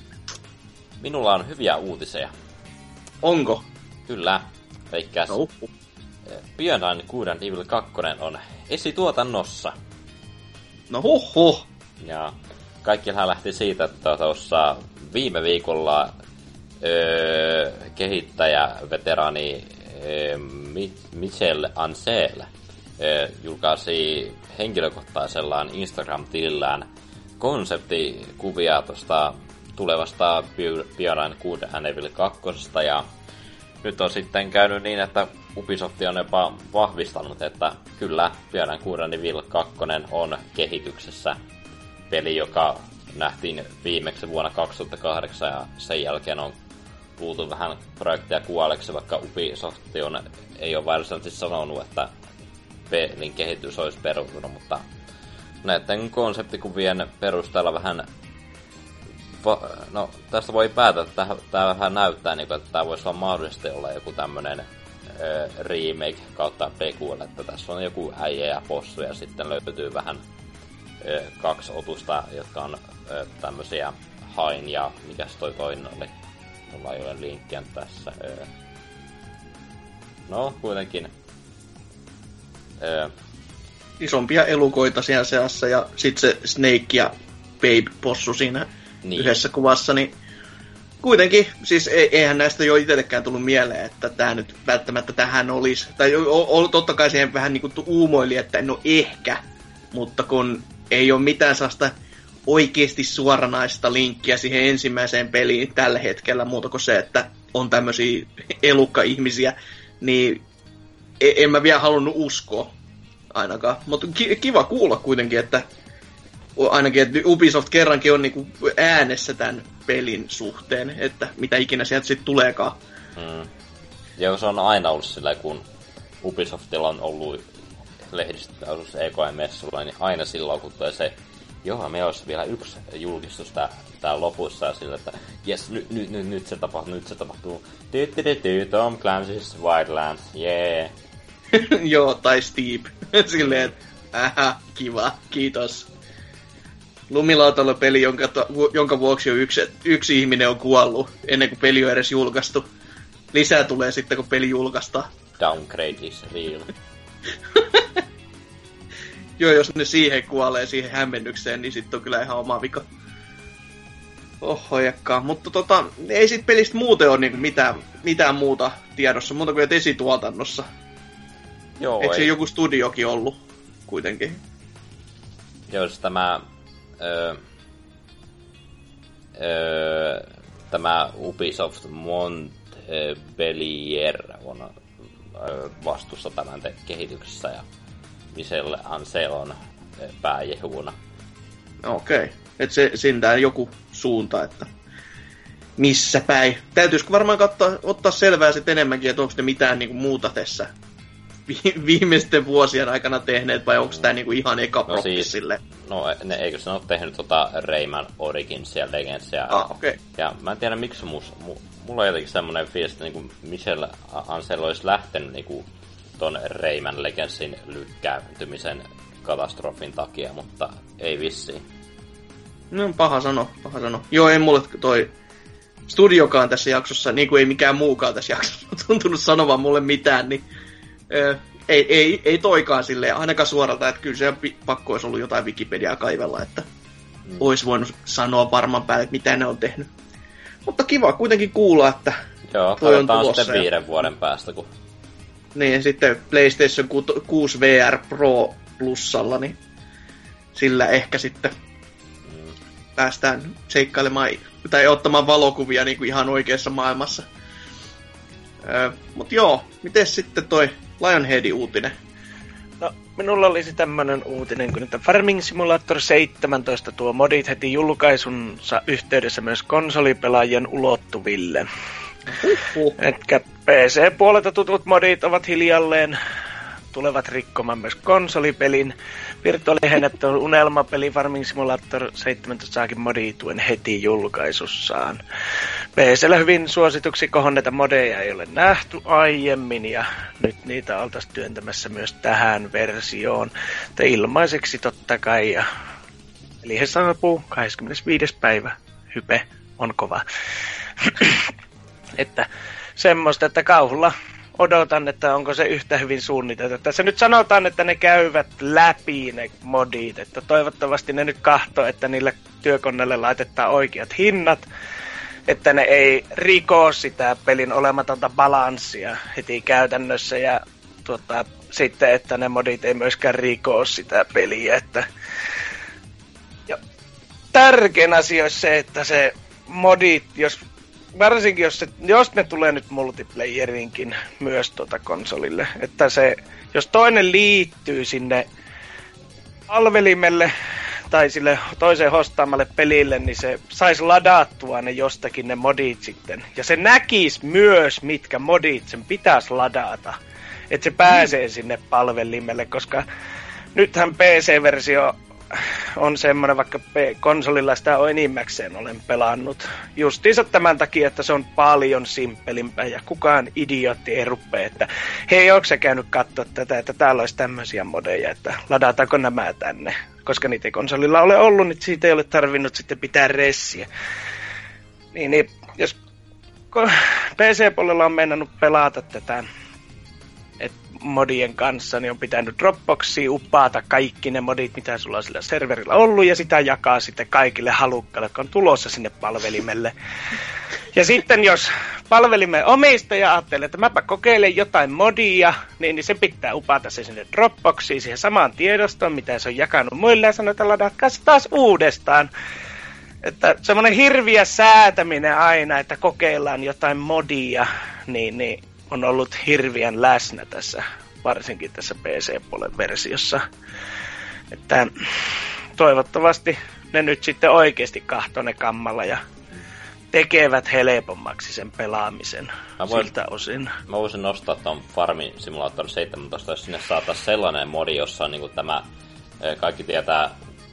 S3: Minulla on hyviä uutiseja.
S2: Onko?
S3: Kyllä. Veikkäs.
S2: No.
S3: Beyond Good and Evil 2 on esituotannossa.
S2: No huh.
S3: Ja kaikkihan lähti siitä, että tuossa viime viikolla kehittäjä, veteraani Michel Ancel julkaisi henkilökohtaisellaan Instagram-tilillään konseptikuvia tuosta tulevasta Beyond Good and Evil 2. Ja nyt on sitten käynyt niin, että Ubisoft on jopa vahvistanut, että kyllä Beyond Good and Evil 2 on kehityksessä. Peli, joka nähtiin viimeksi vuonna 2008 ja sen jälkeen on luultu vähän projekteja kuolleeksi, vaikka Ubisoft ei ole varsinaisesti sanonut, että pelin kehitys olisi peruuntunut, mutta näiden konseptikuvien perusteella vähän tästä voi päätä, että tämä vähän näyttää, että tämä voisi olla mahdollisesti olla joku tämmönen remake kautta prequel, että tässä on joku äijä ja possu ja sitten löytyy vähän 2 otusta, jotka on tämmösiä Hain ja mikäs toi toinen oli. Mulla ei ole linkkiä tässä. No, kuitenkin.
S2: Isompia elukoita siellä seassa ja sit se Snake ja Babe-possu siinä yhdessä kuvassa, niin kuitenkin, siis eihän näistä jo itsellekään tullut mieleen, että tää nyt välttämättä tähän olisi. Tai totta kai siihen vähän niinku uumoili, että no ehkä, mutta kun ei ole mitään sellaista oikeasti suoranaista linkkiä siihen ensimmäiseen peliin tällä hetkellä, muuta kuin se, että on tämmöisiä elukka-ihmisiä, niin en mä vielä halunnut uskoa ainakaan. Mutta kiva kuulla kuitenkin, että ainakin että Ubisoft kerrankin on niinku äänessä tämän pelin suhteen, että mitä ikinä sieltä sitten tuleekaan.
S3: Ja se on aina ollut sillä, kun Ubisoftilla on ollut lehdistössä EKM-messulla, niin aina silloin, kun tulee se, joo, me olisi vielä yksi julkistus tää lopussa, ja sillä, että jes, nyt se tapahtuu. Tom Clancy's Wildlands, yeah.
S2: Joo, tai Steep. Silleen, että kiva, kiitos. Lumilautalla peli, jonka vuoksi jo yksi ihminen on kuollut ennen kuin peli on edes julkaistu. Lisää tulee sitten, kun peli julkaistaan.
S3: Downgrade is real.
S2: Joo, jos ne siihen kuolee, siihen hämmennykseen, niin sitten on kyllä ihan oma vika. Ohojakkaan. Mutta ei sit pelistä muuten ole niinku mitään muuta tiedossa, muuta kuin esituotannossa.
S3: Joo,
S2: eikö se joku studiokin ollut kuitenkin?
S3: Joo, siis tämä tämä Ubisoft Montpellier on vastuussa tämän kehityksessä ja Michel Ancel on pääjehuvuna.
S2: Okei. Et se sintään joku suunta, että missä päin. Täytyisikö varmaan ottaa selvää sitten enemmänkin, että onko ne mitään niinku muuta tässä viimeisten vuosien aikana tehneet, vai onko tämä niinku ihan eka proppi sille?
S3: Eikö se ole tehnyt Rayman Originsia ja Legendsia?
S2: Okay.
S3: Ja mä en tiedä miksi mulla on jotenkin semmoinen fiilis, että niinku Michel Ancel olisi lähtenyt niinku ton Rayman Legendsin lykkääntymisen katastrofin takia, mutta ei vissiin.
S2: No, paha sano. Joo, ei mulle toi studiokaan tässä jaksossa, niin kuin ei mikään muukaan tässä jaksossa tuntunut sanomaan mulle mitään, niin ei toikaan silleen, ainakaan suoralta, että kyllä se pakko olisi ollut jotain Wikipediaa kaivella, että olisi voinut sanoa varman päälle, että mitä ne on tehnyt. Mutta kiva kuitenkin kuulla, että
S3: joo,
S2: toi on tulossa.
S3: Sitten 5 vuoden päästä, kun...
S2: Niin, sitten PlayStation 6 VR Pro plussalla, niin sillä ehkä sitten päästään seikkailemaan tai ottamaan valokuvia niin kuin ihan oikeassa maailmassa. Mut joo, miten sitten toi Lionheadin uutinen?
S4: No, minulla olisi tämmönen uutinen, kun että Farming Simulator 17 tuo modit heti julkaisunsa yhteydessä myös konsolipelaajien ulottuville. Etkä PC-puolelta tutut modit ovat hiljalleen tulevat rikkomaan myös konsolipelin. Virtuaalihenetön unelmapeli Farming Simulator 17 saakin modituen heti julkaisussaan. PC:llä hyvin suosituksi kohonneita modeja ei ole nähty aiemmin ja nyt niitä oltaisiin työntämässä myös tähän versioon. Mutta ilmaiseksi totta kai. Eli he saapuu 25. päivä. Hype on kova. Että semmoista, että kauhulla odotan, että onko se yhtä hyvin suunniteltu. Tässä nyt sanotaan, että ne käyvät läpi ne modit, että toivottavasti ne nyt kahtoo, että niille työkoneelle laitetaan oikeat hinnat, että ne ei rikoo sitä pelin olematonta balanssia heti käytännössä ja sitten, että ne modit ei myöskään rikoo sitä peliä. Ja tärkein asia on se, että se modit, varsinkin jos ne tulee nyt multiplayerinkin myös konsolille, että se, jos toinen liittyy sinne palvelimelle tai sille toiseen hostaamalle pelille, niin se saisi ladattua ne jostakin ne modit sitten. Ja se näkisi myös, mitkä modit sen pitäisi ladata, että se pääsee sinne palvelimelle, koska nythän PC-versio on semmoinen, vaikka konsolilla sitä on enimmäkseen olen pelannut. Justiinsa tämän takia, että se on paljon simppelimpää ja kukaan idiootti ei rupea, että hei, onko sä käynyt katsoa tätä, että täällä olisi tämmöisiä modeja, että ladataanko nämä tänne. Koska niitä ei konsolilla ole ollut, niin siitä ei ole tarvinnut sitten pitää ressiä. Niin jos PC-puolella on meinannut pelata tätä modien kanssa, niin on pitänyt Dropboxiin upata kaikki ne modit, mitä sulla on sillä serverillä ollut, ja sitä jakaa sitten kaikille halukkaille, jotka on tulossa sinne palvelimelle. Ja sitten jos palvelimen omistaja ajattelee, että mäpä kokeilen jotain modia, niin se pitää upata se sinne Dropboxiin, siihen samaan tiedostoon, mitä se on jakanut muille, ja sanoo, että ladatkaa se taas uudestaan. Että semmoinen hirviä säätäminen aina, että kokeillaan jotain modia, niin on ollut hirviän läsnä tässä, varsinkin tässä PC-puolen versiossa. Että toivottavasti ne nyt sitten oikeasti kahtoo ne kammalla ja tekevät helpommaksi sen pelaamisen siltä osin. Mä
S3: voisin nostaa ton Farming Simulator 17, jos sinne saataisiin sellainen modi, jossa on niinku tämä, kaikki tietää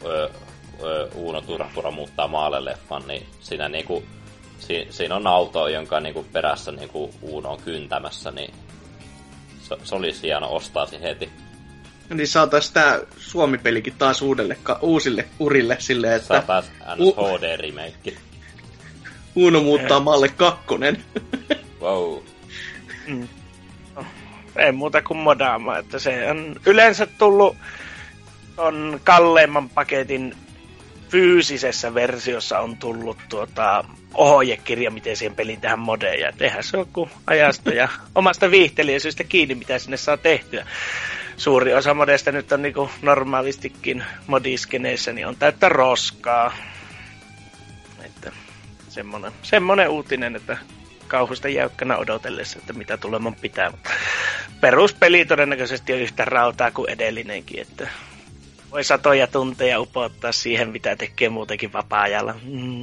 S3: Uuno Turhapuro muuttaa maalle-leffan, niin siinä niinku siinä on auto, jonka niinku perässä niinku Uuno on kyntämässä, niin se olisi hieno ostaa heti.
S2: Niin saataisiin tää Suomi-pelikin taas uusille urille silleen, että
S3: saataisiin HD-remake.
S2: Uuno muuttaa maalle 2.
S3: Wow.
S4: Ei muuta kuin modaamaan, että se on yleensä tullut on kalleimman paketin fyysisessä versiossa on tullut ohjekirja, miten siihen peliin tehdään modeja. Eihän se ole kuin ajasta ja omasta viihteliäisyydestä kiinni, mitä sinne saa tehtyä. Suuri osa modeista nyt on niinku normaalistikin modiskeneissä, niin on täyttä roskaa. Että semmonen uutinen, että kauhusta jäykkänä odotellessa, että mitä tuleman pitää. Mutta peruspeli todennäköisesti on yhtä rautaa kuin edellinenkin, että voi satoja tunteja upottaa siihen, mitä tekee muutenkin vapaa-ajalla.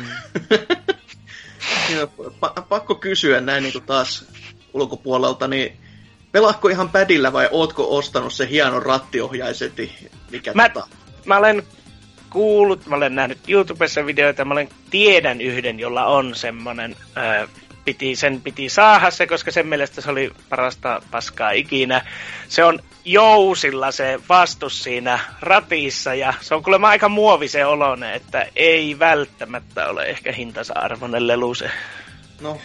S2: Pakko kysyä näin niin kuin taas ulkopuolelta, niin pelaatko ihan padilla vai ootko ostanut se hienon rattiohjaiseti?
S4: Mä olen kuullut, mä olen nähnyt YouTubessa videoita, tiedän yhden, jolla on semmonen, sen piti saada se, koska sen mielestä se oli parasta paskaa ikinä. Se on jousilla se vastus siinä ratissa ja se on kuulemma aika muovisen oloinen, että ei välttämättä ole ehkä hintansa arvoinen lelu se.
S2: No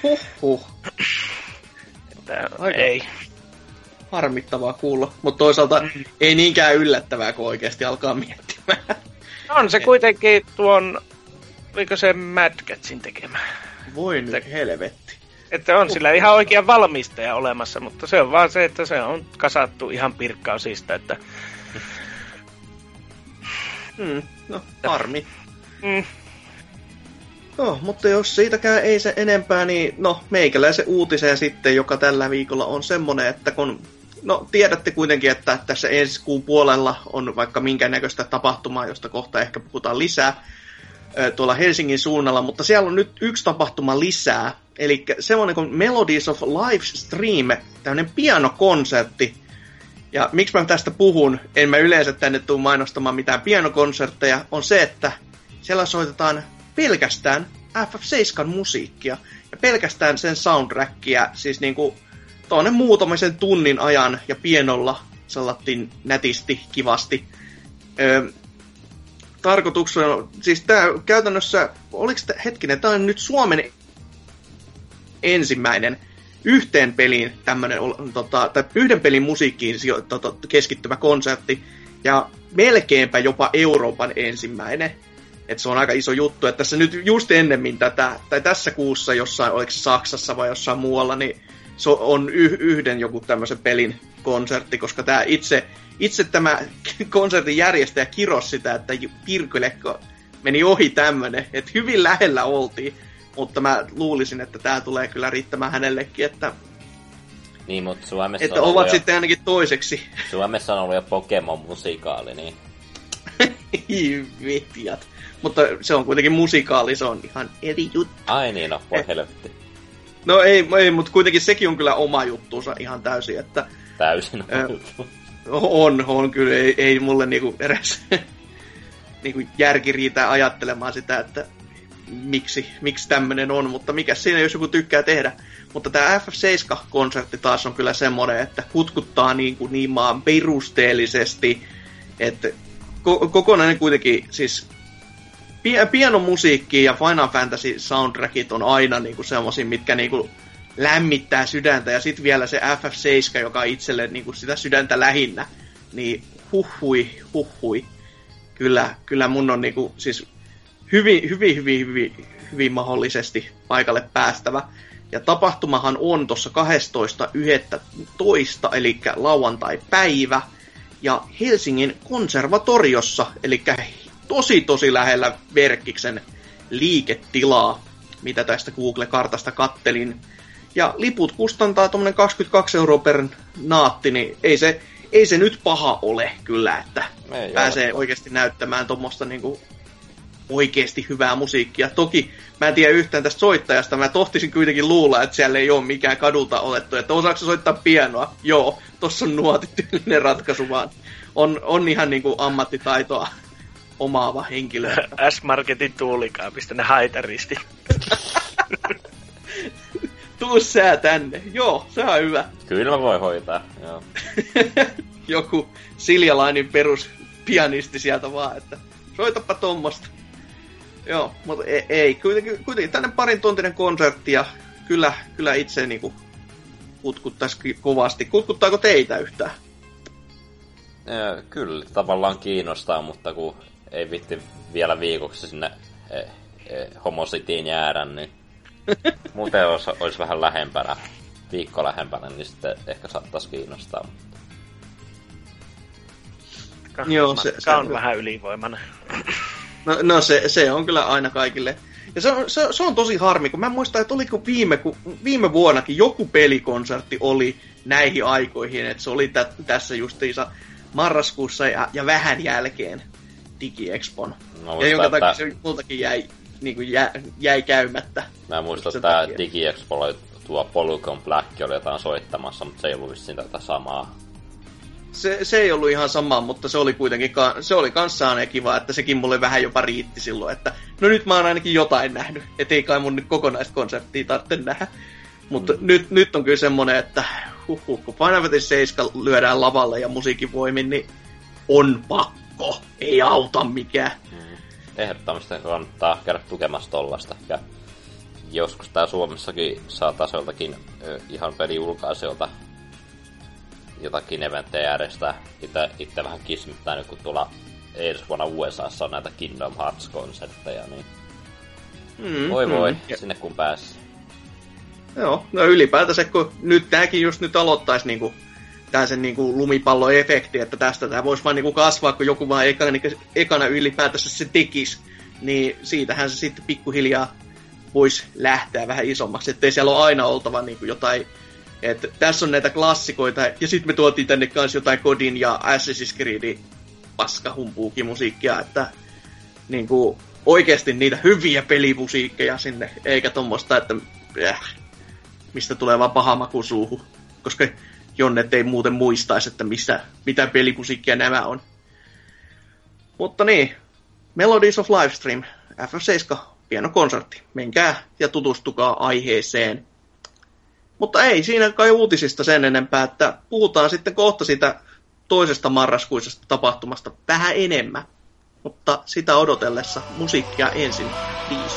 S4: että ei.
S2: Harmittavaa kuulla, mutta toisaalta ei niinkään yllättävää, kun oikeasti alkaa miettimään.
S4: On se kuitenkin tuon, oliko se Mad Catsin tekemä?
S2: Voi nyt helvetti.
S4: Että on sillä ihan oikea valmistaja olemassa, mutta se on vaan se, että se on kasattu ihan pirkkausista, että...
S2: No, harmi. No, mutta jos siitäkään ei se enempää, niin no, meikäläisen uutiseen sitten, joka tällä viikolla on semmonen, että kun... No, tiedätte kuitenkin, että tässä ensi kuun puolella on vaikka minkä näköistä tapahtumaa, josta kohta ehkä puhutaan lisää tuolla Helsingin suunnalla, mutta siellä on nyt yksi tapahtuma lisää, eli semmoinen kuin Melodies of Live Stream, tämmöinen pianokonsertti. Ja miksi mä tästä puhun, en mä yleensä tänne tule mainostamaan mitään pianokonsertteja, on se, että siellä soitetaan pelkästään FF7 musiikkia ja pelkästään sen soundtrackia, siis niinku tuonne muutamisen tunnin ajan ja pienolla sallattiin nätisti, kivasti. Tarkoituksena, siis tää käytännössä, oliko hetkinen, tää on nyt Suomen ensimmäinen yhteen peliin tämmönen, tai yhden pelin musiikkiin keskittyvä konsertti, ja melkeinpä jopa Euroopan ensimmäinen. Että se on aika iso juttu, että tässä nyt just ennemmin tätä, tai tässä kuussa jossain, oliko se Saksassa vai jossain muualla, niin se on yhden joku tämmöisen pelin konsertti, koska tämä itse tämä konsertin järjestäjä kirosi sitä, että Pirkylekko meni ohi tämmönen, että hyvin lähellä oltiin, mutta mä luulisin, että tämä tulee kyllä riittämään hänellekin, että,
S3: niin, mutta Suomessa
S2: että ovat sitten ainakin toiseksi.
S3: Suomessa on ollut jo Pokemon-musikaali, niin...
S2: Vitjat. Mutta se on kuitenkin musikaali, se on ihan eri juttu.
S3: Ai niin, no, voi helvetti.
S2: No ei, mutta kuitenkin sekin on kyllä oma juttuunsa ihan täysin, että...
S3: Täysin
S2: on kyllä, ei mulle niinku edes niinku järki riitä ajattelemaan sitä, että miksi tämmönen on, mutta mikä siinä, jos joku tykkää tehdä. Mutta tää FF7-konsertti taas on kyllä semmoinen, että kutkuttaa niin maan perusteellisesti, että kokonainen kuitenkin, siis pianomusiikki ja Final Fantasy soundtrackit on aina niinku semmosia, mitkä niinku lämmittää sydäntä, ja sit vielä se FF7, joka on itselle niinku sitä sydäntä lähinnä, niin huhui. Kyllä mun on niinku siis hyvin mahdollisesti paikalle päästävä. Ja tapahtumahan on tuossa 12.11. eli lauantai-päivä, ja Helsingin konservatoriossa, eli tosi lähellä Verkkiksen liiketilaa, mitä tästä Google-kartasta kattelin. Ja liput kustantaa tommonen 22 € per naatti, niin ei se nyt paha ole kyllä, että ei pääsee oikeasti näyttämään tommoista niinku oikeasti hyvää musiikkia. Toki mä en tiedä yhtään tästä soittajasta, mä tohtisin kuitenkin luulla, että siellä ei ole mikään kadulta otettu, että osaako se soittaa pianoa? Joo, tossa on nuotityylinen ratkaisu vaan. On ihan niinku ammattitaitoa omaava henkilö.
S4: S-Marketin tuulikaapista ne haitaristi.
S2: Tuu sä tänne. Joo, se on hyvä.
S3: Kyllä mä voi hoitaa, joo.
S2: Joku Siljalainen peruspianisti sieltä vaan, että soitapa tommosta. Joo, mutta ei. Kuitenkin tänne parin tontinen konsertti ja kyllä itse niinku kutkuttaisi kovasti. Kutkuttaako teitä yhtään?
S3: Kyllä, tavallaan kiinnostaa, mutta kun ei vitti vielä viikoksi sinne Homocitiin jäädä, niin muuten olisi vähän lähempänä, viikko lähempänä, niin sitten ehkä saattaisi kiinnostaa.
S4: Joo, se on vähän ylivoimainen.
S2: No se on kyllä aina kaikille Ja se on tosi harmi, kun mä muistan, että oliko viime vuonnakin joku pelikonsertti oli näihin aikoihin, että se oli tässä justiinsa marraskuussa ja vähän jälkeen DigiExpon. Ja jonka takia se multakin jäi käymättä.
S3: Mä muistan, että tää DigiExpo oli tuo Polygon Black oli jotain soittamassa, mutta se ei ollut vissiin tätä samaa.
S2: Se ei ollut ihan sama, mutta se oli kuitenkin se oli kanssaan kiva, että sekin mulle vähän jopa riitti silloin, että no nyt mä oon ainakin jotain nähnyt, ettei kai mun nyt kokonaista konserttia tarvitse nähdä. Mutta nyt on kyllä semmonen, että kun Final Fantasy 7 lyödään lavalle ja musiikin voimin, niin on pakko, ei auta mikään.
S3: Ehdottomasti kannattaa käydä tukemassa tollasta. Ja joskus tää Suomessakin saataisiin joltakin ihan peliulkaisijoilta jotakin eventtejä järjestää. Itse vähän kismittää nyt, kun tuolla ensi vuonna USAssa on näitä Kingdom Hearts-konsertteja, niin voi, sinne kun pääsisi.
S2: Joo, no ylipäätänsä, kun nyt tääkin just nyt aloittaisi niinku tää sen niinku lumipalloefekti, että tästä tää voisi vaan niinku kasvaa, kun joku vaan ekana ylipäätänsä se tekisi, niin siitähän se sitten pikkuhiljaa voisi lähteä vähän isommaksi, ettei siellä ole aina oltava niinku jotain, että tässä on näitä klassikoita, ja sitten me tuotiin tänne kanssa jotain Godin ja Assassin's Creedin paskahumpuukimusiikkia, että niinku oikeesti niitä hyviä pelimusiikkeja sinne, eikä tommoista, että mistä tulee vaan paha maku suuhun, koska Jonnet ei muuten muistaisi, että mitä pelimusiikkia nämä on. Mutta niin, Melodies of Livestream, FF7, pieno konsertti. Menkää ja tutustukaa aiheeseen. Mutta ei siinä kai uutisista sen enempää, että puhutaan sitten kohta siitä toisesta marraskuisesta tapahtumasta vähän enemmän. Mutta sitä odotellessa musiikkia ensin, please.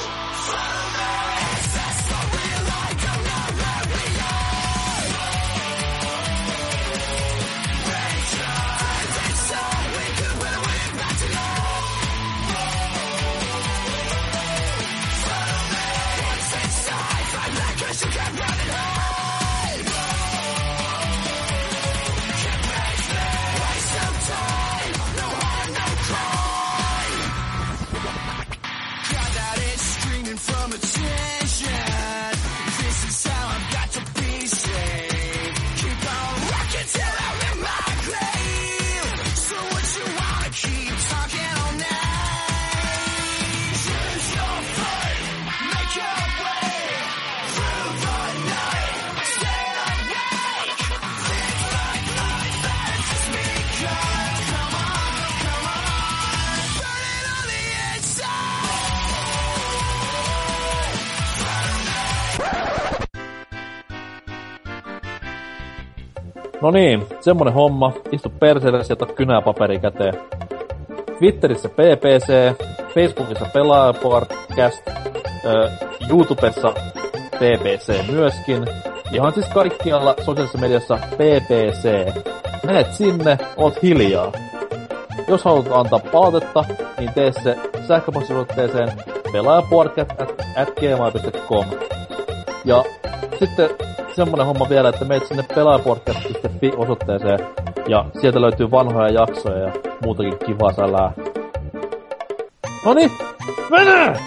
S5: No niin, semmonen homma. Istu perseellesi ja ota kynäpaperi käteen. Twitterissä PPC, Facebookissa Pelaajapodcast, YouTubessa PPC myöskin. Ihan siis kaikkialla sosiaalisessa mediassa PPC. Menet sinne, oot hiljaa. Jos haluat antaa palautetta, niin tee se sähköpostiosoitteeseen pelaajapodcast@gmail.com. Ja sitten semmonen homma vielä, että meet sinne pelaajapodcast.fi osoitteeseen ja sieltä löytyy vanhoja jaksoja ja muutakin kivaa sälää. Noniin, mene!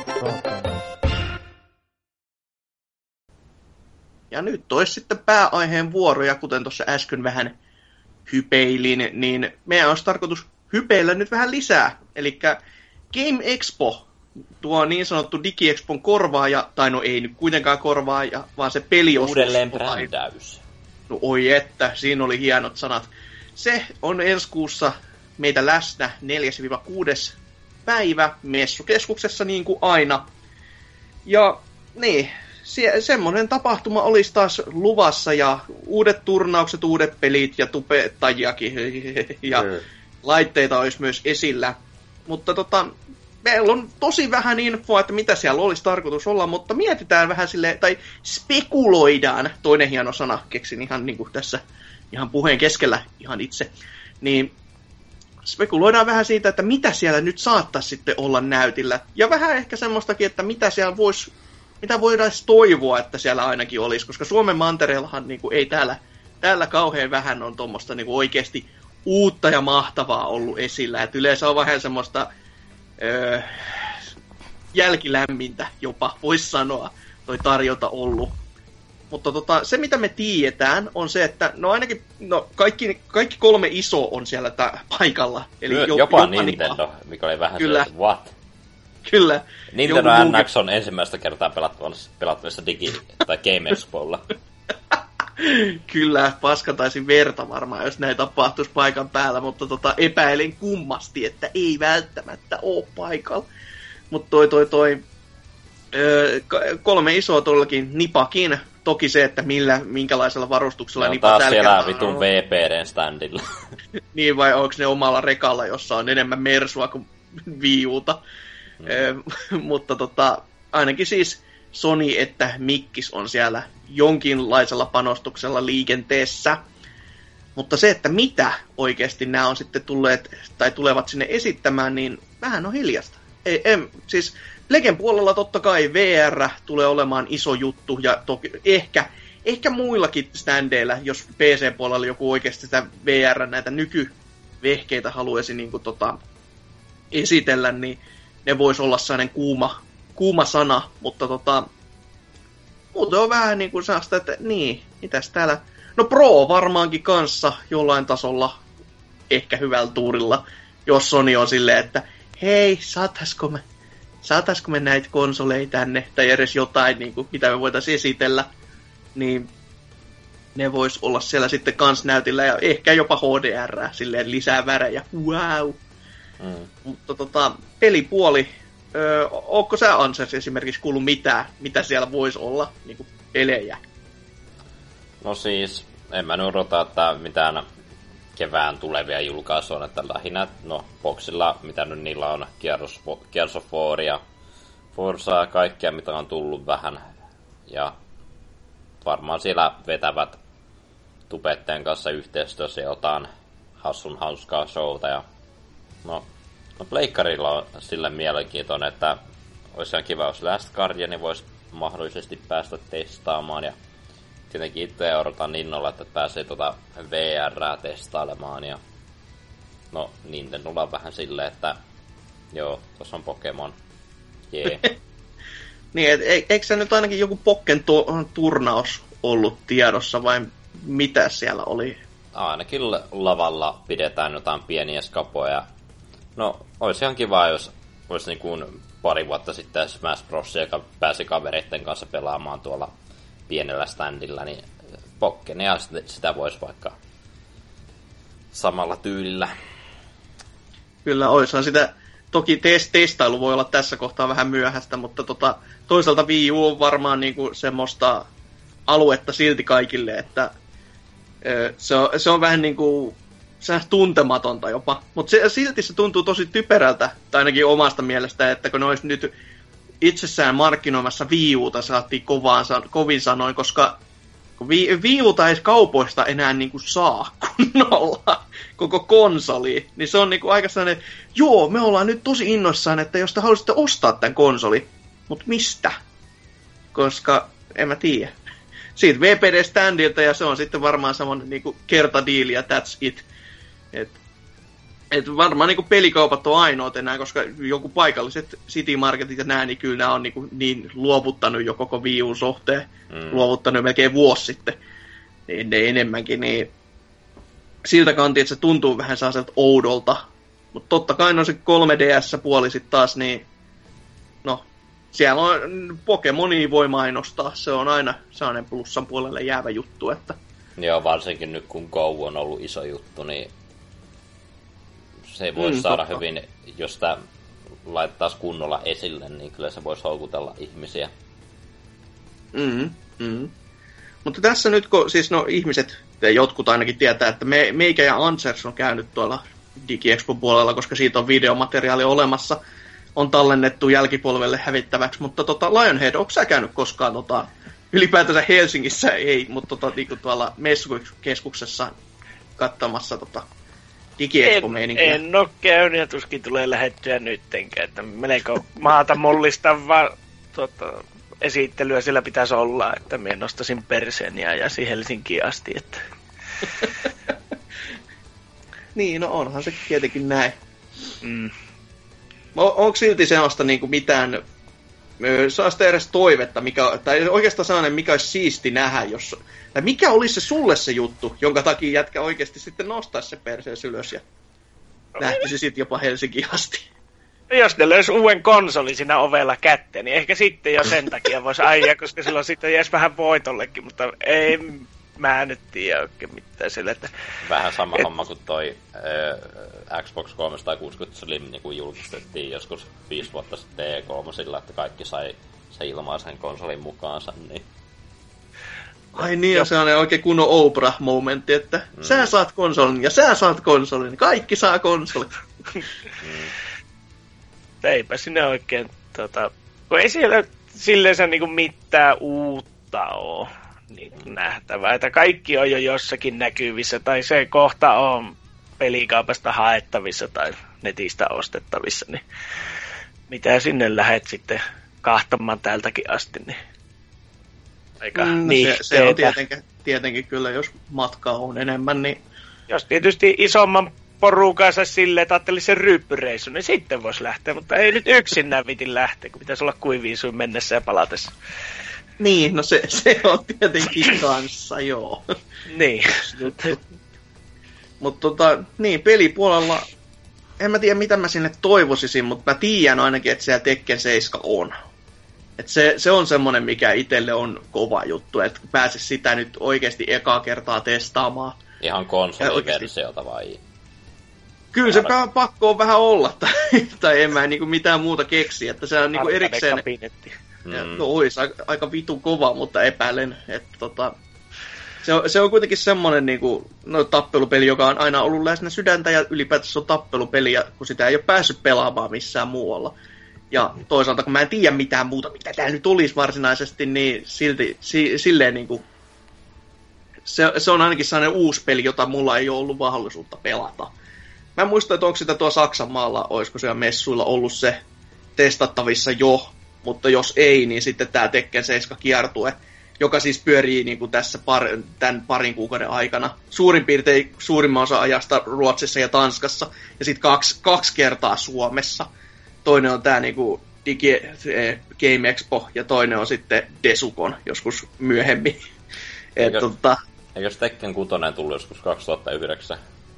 S2: Ja nyt olisi sitten pääaiheen vuoro, ja kuten tuossa äsken vähän hypeilin, niin meidän olisi tarkoitus hypeillä nyt vähän lisää. Elikkä Game Expo, tuo niin sanottu DigiExpon korvaaja, tai no ei nyt kuitenkaan korvaaja, vaan se peliosuus.
S3: Uudelleen brändäys.
S2: No oi että, siinä oli hienot sanat. Se on ensi kuussa meitä läsnä 4-6. päivä messukeskuksessa niin kuin aina. Ja niin, semmoinen tapahtuma olisi taas luvassa ja uudet turnaukset, uudet pelit ja tubettajiakin ja laitteita olisi myös esillä. Mutta meillä on tosi vähän infoa, että mitä siellä olisi tarkoitus olla, mutta mietitään vähän silleen, tai spekuloidaan, toinen hieno sana, keksin ihan niin kuin tässä ihan puheen keskellä ihan itse, niin spekuloidaan vähän siitä, että mitä siellä nyt saattaisi sitten olla näytillä, ja vähän ehkä semmoistakin, että mitä siellä mitä voidaan toivoa, että siellä ainakin olisi, koska Suomen mantereellahan niin kuin ei täällä kauhean vähän on tuommoista niin kuin oikeasti uutta ja mahtavaa ollut esillä, että yleensä on vähän semmoista jälkilämmintä jopa, voisi sanoa, toi tarjonta ollut. Mutta se, mitä me tiedetään, on se, että ainakin kaikki 3 iso on siellä paikalla. Eli
S3: jopa Nintendo, mikä oli vähän
S2: kyllä.
S3: Se, what?
S2: Kyllä.
S3: Nintendo NX on ensimmäistä kertaa pelattavissa tai Game Expolla.
S2: Kyllä, paskataisin verta varmaan, jos näin tapahtuisi paikan päällä, mutta epäilen kummasti, että ei välttämättä ole paikalla. Mutta 3 isoa todellakin nipakin. Toki se, että minkälaisella varustuksella
S3: ne
S2: nipa
S3: on taas siellä vitun VPDn standilla.
S2: Niin, vai onko ne omalla rekalla, jossa on enemmän mersua kuin Wii Uta. Mutta ainakin siis Sony että Mikkis on siellä jonkinlaisella panostuksella liikenteessä. Mutta se, että mitä oikeasti nämä on sitten tulleet tai tulevat sinne esittämään, niin vähän on hiljasta. Siis Legen puolella totta kai VR tulee olemaan iso juttu, ja toki ehkä muillakin standeilla, jos PC-puolella joku oikeasti sitä VR, näitä nykyvehkeitä haluaisi niin kuin esitellä, niin ne voisi olla sellainen kuuma sana, mutta muuten on vähän niin kuin sellaista, että niin, mitäs täällä. No Pro varmaankin kanssa jollain tasolla ehkä hyvällä tuurilla, jos Sony on silleen, että hei, saataisiko me näitä konsoleja tänne, tai edes jotain, niin kuin, mitä me voitaisiin esitellä, niin ne vois olla siellä sitten kans näytillä, ja ehkä jopa HDR, silleen lisää värejä, wow. Mutta pelipuoli, ootko sä Ansers esimerkiksi kuullut mitään, mitä siellä voisi olla, niin kuin pelejä?
S3: No siis, en mä odota, että mitään kevään tulevia julkaisuja on, että lähinnä, boxilla, mitä nyt niillä on, Gears of War ja Forza, kaikkea mitä on tullut vähän, ja varmaan siellä vetävät tubetteen kanssa yhteistyössä jotain hassun hauskaa showta, ja no pleikkarilla on sille mielenkiintoinen, että olisi ihan kiva, jos Last Guardian voisi mahdollisesti päästä testaamaan, ja tietenkin itse odotan innolla, että pääsee VR:ää testailemaan, ja no Nintendolla on vähän silleen, että joo, tuossa on Pokemon, jee.
S2: Niin, eikö se nyt ainakin joku Pokken turnaus ollut tiedossa, vai mitä siellä oli?
S3: Ainakin lavalla pidetään jotain pieniä skapoja. No, olisi ihan kiva, jos olisi niin kuin pari vuotta sitten Smash Bros, joka pääsi kavereiden kanssa pelaamaan tuolla pienellä standilla, niin Pokkenia sitä voisi vaikka samalla tyylillä.
S2: Kyllä, oishan sitä. Toki testailu voi olla tässä kohtaa vähän myöhäistä, mutta toisaalta Wii U on varmaan niinku semmoista aluetta silti kaikille, että se on vähän niinku tuntematonta jopa. Mutta silti se tuntuu tosi typerältä, tai ainakin omasta mielestä, että kun ne olisi nyt itsessään markkinoimassa Wii Uta, saatiin kovin sanoin, koska Wii Uta ei kaupoista enää niinku saa kunnolla koko konsoli, niin se on niinku aika sellainen, joo, me ollaan nyt tosi innoissaan, että jos te haluaisitte ostaa tämän konsoli, mutta mistä? Koska, en mä tiedä. Siitä VPD-standilta, ja se on sitten varmaan samoin niinku kertadiili, ja that's it. Et varmaan niinku pelikaupat on ainoat enää, koska joku paikalliset City Marketit ja nää, niin kyllä nämä on niinku niin luovuttanut jo koko Wii U:n suhteen. Luovuttanut melkein vuosi sitten. Niin enemmänkin, niin siltä kantin, että se tuntuu vähän sellaiselta oudolta. Mutta totta kai no se 3DS-puoli sitten taas, niin no, siellä on Pokemonia voi mainostaa. Se on aina sellainen plussan puolelle jäävä juttu, että
S3: joo, varsinkin nyt kun Go on ollut iso juttu, niin se ei voi saada totta hyvin, jos sitä laitettaisiin kunnolla esille, niin kyllä se voisi houkutella ihmisiä.
S2: Mutta tässä nyt, kun siis ihmiset, jotkut ainakin tietää, että meikä ja Ansers on käynyt tuolla DigiExpo-puolella, koska siitä on videomateriaali olemassa, on tallennettu jälkipolvelle hävittäväksi, mutta Lionhead, onko sä käynyt koskaan ylipäätänsä Helsingissä ei, mutta niinku tuolla messukeskuksessa katsomassa DigiExpo-meininkiä?
S4: En ole käynyt ja tuskin tulee lähettyä nyttenkään, että melko maata mullistavaa esittelyä sillä pitäisi olla, että minä nostasin perseen ja jäsin Helsinkiin asti, että
S2: niin, no onhan se tietenkin näin. Onko silti sellaista niinku mitään saa sitä edes toivetta, tai oikeastaan sellainen, mikä olisi siisti nähdä, tai mikä olisi se sulle se juttu, jonka takia jätkä oikeasti sitten nostaisi se persees ylös ja lähtisi sitten jopa Helsinkiin asti.
S4: Jos ne löysi uuden konsolin siinä ovella kätteen, niin ehkä sitten jo sen takia voisi ajaa, koska silloin sitten jäisi vähän voitollekin, mutta ei mä nyt tiedä oikein mitään sille, että... Vähän
S3: sama homma kuin toi Xbox 360 Slim niin kuin julkistettiin joskus 5 vuotta sitten E3, että kaikki sai se ilmaisen konsolin mukaansa, niin...
S2: Ai niin, ja se on oikein kunnon Oprah-momentti, että sä saat konsolin ja sä saat konsolin, kaikki saa konsolin.
S4: Eipä sinne oikein, kun ei siellä silleensä niinku mitään uutta oo niin nähtävää, että kaikki on jo jossakin näkyvissä, tai se kohta on pelikaupasta haettavissa tai netistä ostettavissa, niin mitä sinne lähet sitten kahtamaan täältäkin asti, niin aika
S2: se on tietenkin kyllä, jos matkaa on enemmän, niin...
S4: Jos tietysti isomman porukansa silleen, että ajattelisi sen ryyppyreissun, niin sitten voisi lähteä, mutta ei nyt yksinään vitin lähteä, kun pitäisi olla kuiviisuin mennessä ja palatessa.
S2: Niin, no se on tietenkin kanssa, joo.
S4: Niin.
S2: Mutta niin, pelipuolella, en mä tiedä mitä mä sinne toivoisin, mutta mä tiedän ainakin, että siellä Tekken 7 on. Et se on semmonen, mikä itselle on kova juttu, että pääsisi sitä nyt oikeasti ekaa kertaa testaamaan.
S3: Ihan konsoliversiota vai?
S2: Kyllä se pakko on vähän olla, tai en mä niinku mitään muuta keksi, että se on niinku erikseen... No ois aika vitun kova, mutta epäilen, että se on kuitenkin semmonen niinku, tappelupeli, joka on aina ollut läsnä sydäntä ja ylipäätänsä on tappelupeli, kun sitä ei ole päässyt pelaamaan missään muualla. Ja toisaalta, kun mä en tiedä mitään muuta, mitä täällä nyt olisi varsinaisesti, niin silti silleen niinku... Se on ainakin sellainen uusi peli, jota mulla ei ole ollut mahdollisuutta pelata. Mä en muista, että onko sitä tuo Saksan maalla, olisiko siellä messuilla ollut se testattavissa jo, mutta jos ei, niin sitten tää Tekken 7 kiertue, joka siis pyörii niin kuin tässä tämän parin kuukauden aikana. Suurin piirtein suurimman osa ajasta Ruotsissa ja Tanskassa, ja sitten kaksi kertaa Suomessa. Toinen on tää niinku Digi Game Expo, ja toinen on sitten Desukon joskus myöhemmin.
S3: Eikö Tekken 6 tullut joskus 2009?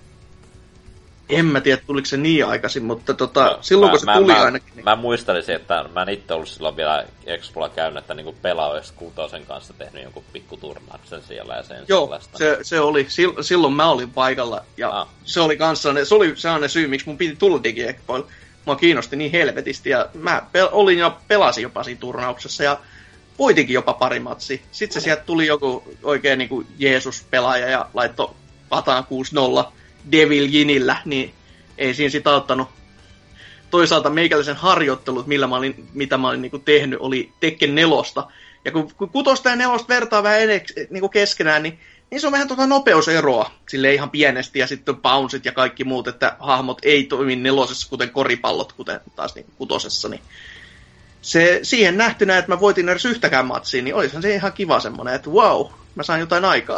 S2: En mä tiedä, tuliko se niin aikaisin, mutta silloin kun se tuli ainakin... Niin...
S3: Mä muistelisin, että mä en itse ollut silloin vielä Expolla käynyt, että niinku pelaajaksi 6 kanssa tehnyt jonkun pikkuturnauksen siellä ja sen
S2: joo,
S3: sellaista.
S2: se oli. Silloin mä olin paikalla, ja se oli kanssa se oli sellainen syy, miksi mun piti tulla Digi Expoille. Mua kiinnosti niin helvetisti, ja mä olin ja pelasin jopa siinä turnauksessa, ja voitinkin jopa pari matsia. Sitten se sieltä tuli joku oikein niinku Jeesus-pelaaja, ja laittoi pataan 6-0 Devil Jinillä, niin ei siinä sitä auttanut. Toisaalta meikäläisen harjoittelut, mitä mä olin niinku tehnyt, oli Tekken 4. Ja kun 6 ja 4 vertaa vähän niinku keskenään, niin se on vähän nopeuseroa sille ihan pienesti, ja sitten bounceit ja kaikki muut, että hahmot ei toimi 4, kuten koripallot, kuten taas niin 6. Niin se siihen nähtynä, että mä voitin edes yhtäkään matsia, niin olisihan se ihan kiva semmonen, että wow, mä sain jotain aikaa.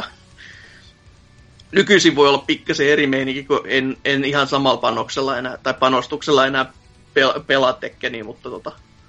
S2: Nykyisin voi olla pikkasen eri meininki, kun en ihan samalla panoksella enää, tai panostuksella enää pelaa Tekkeniä, mutta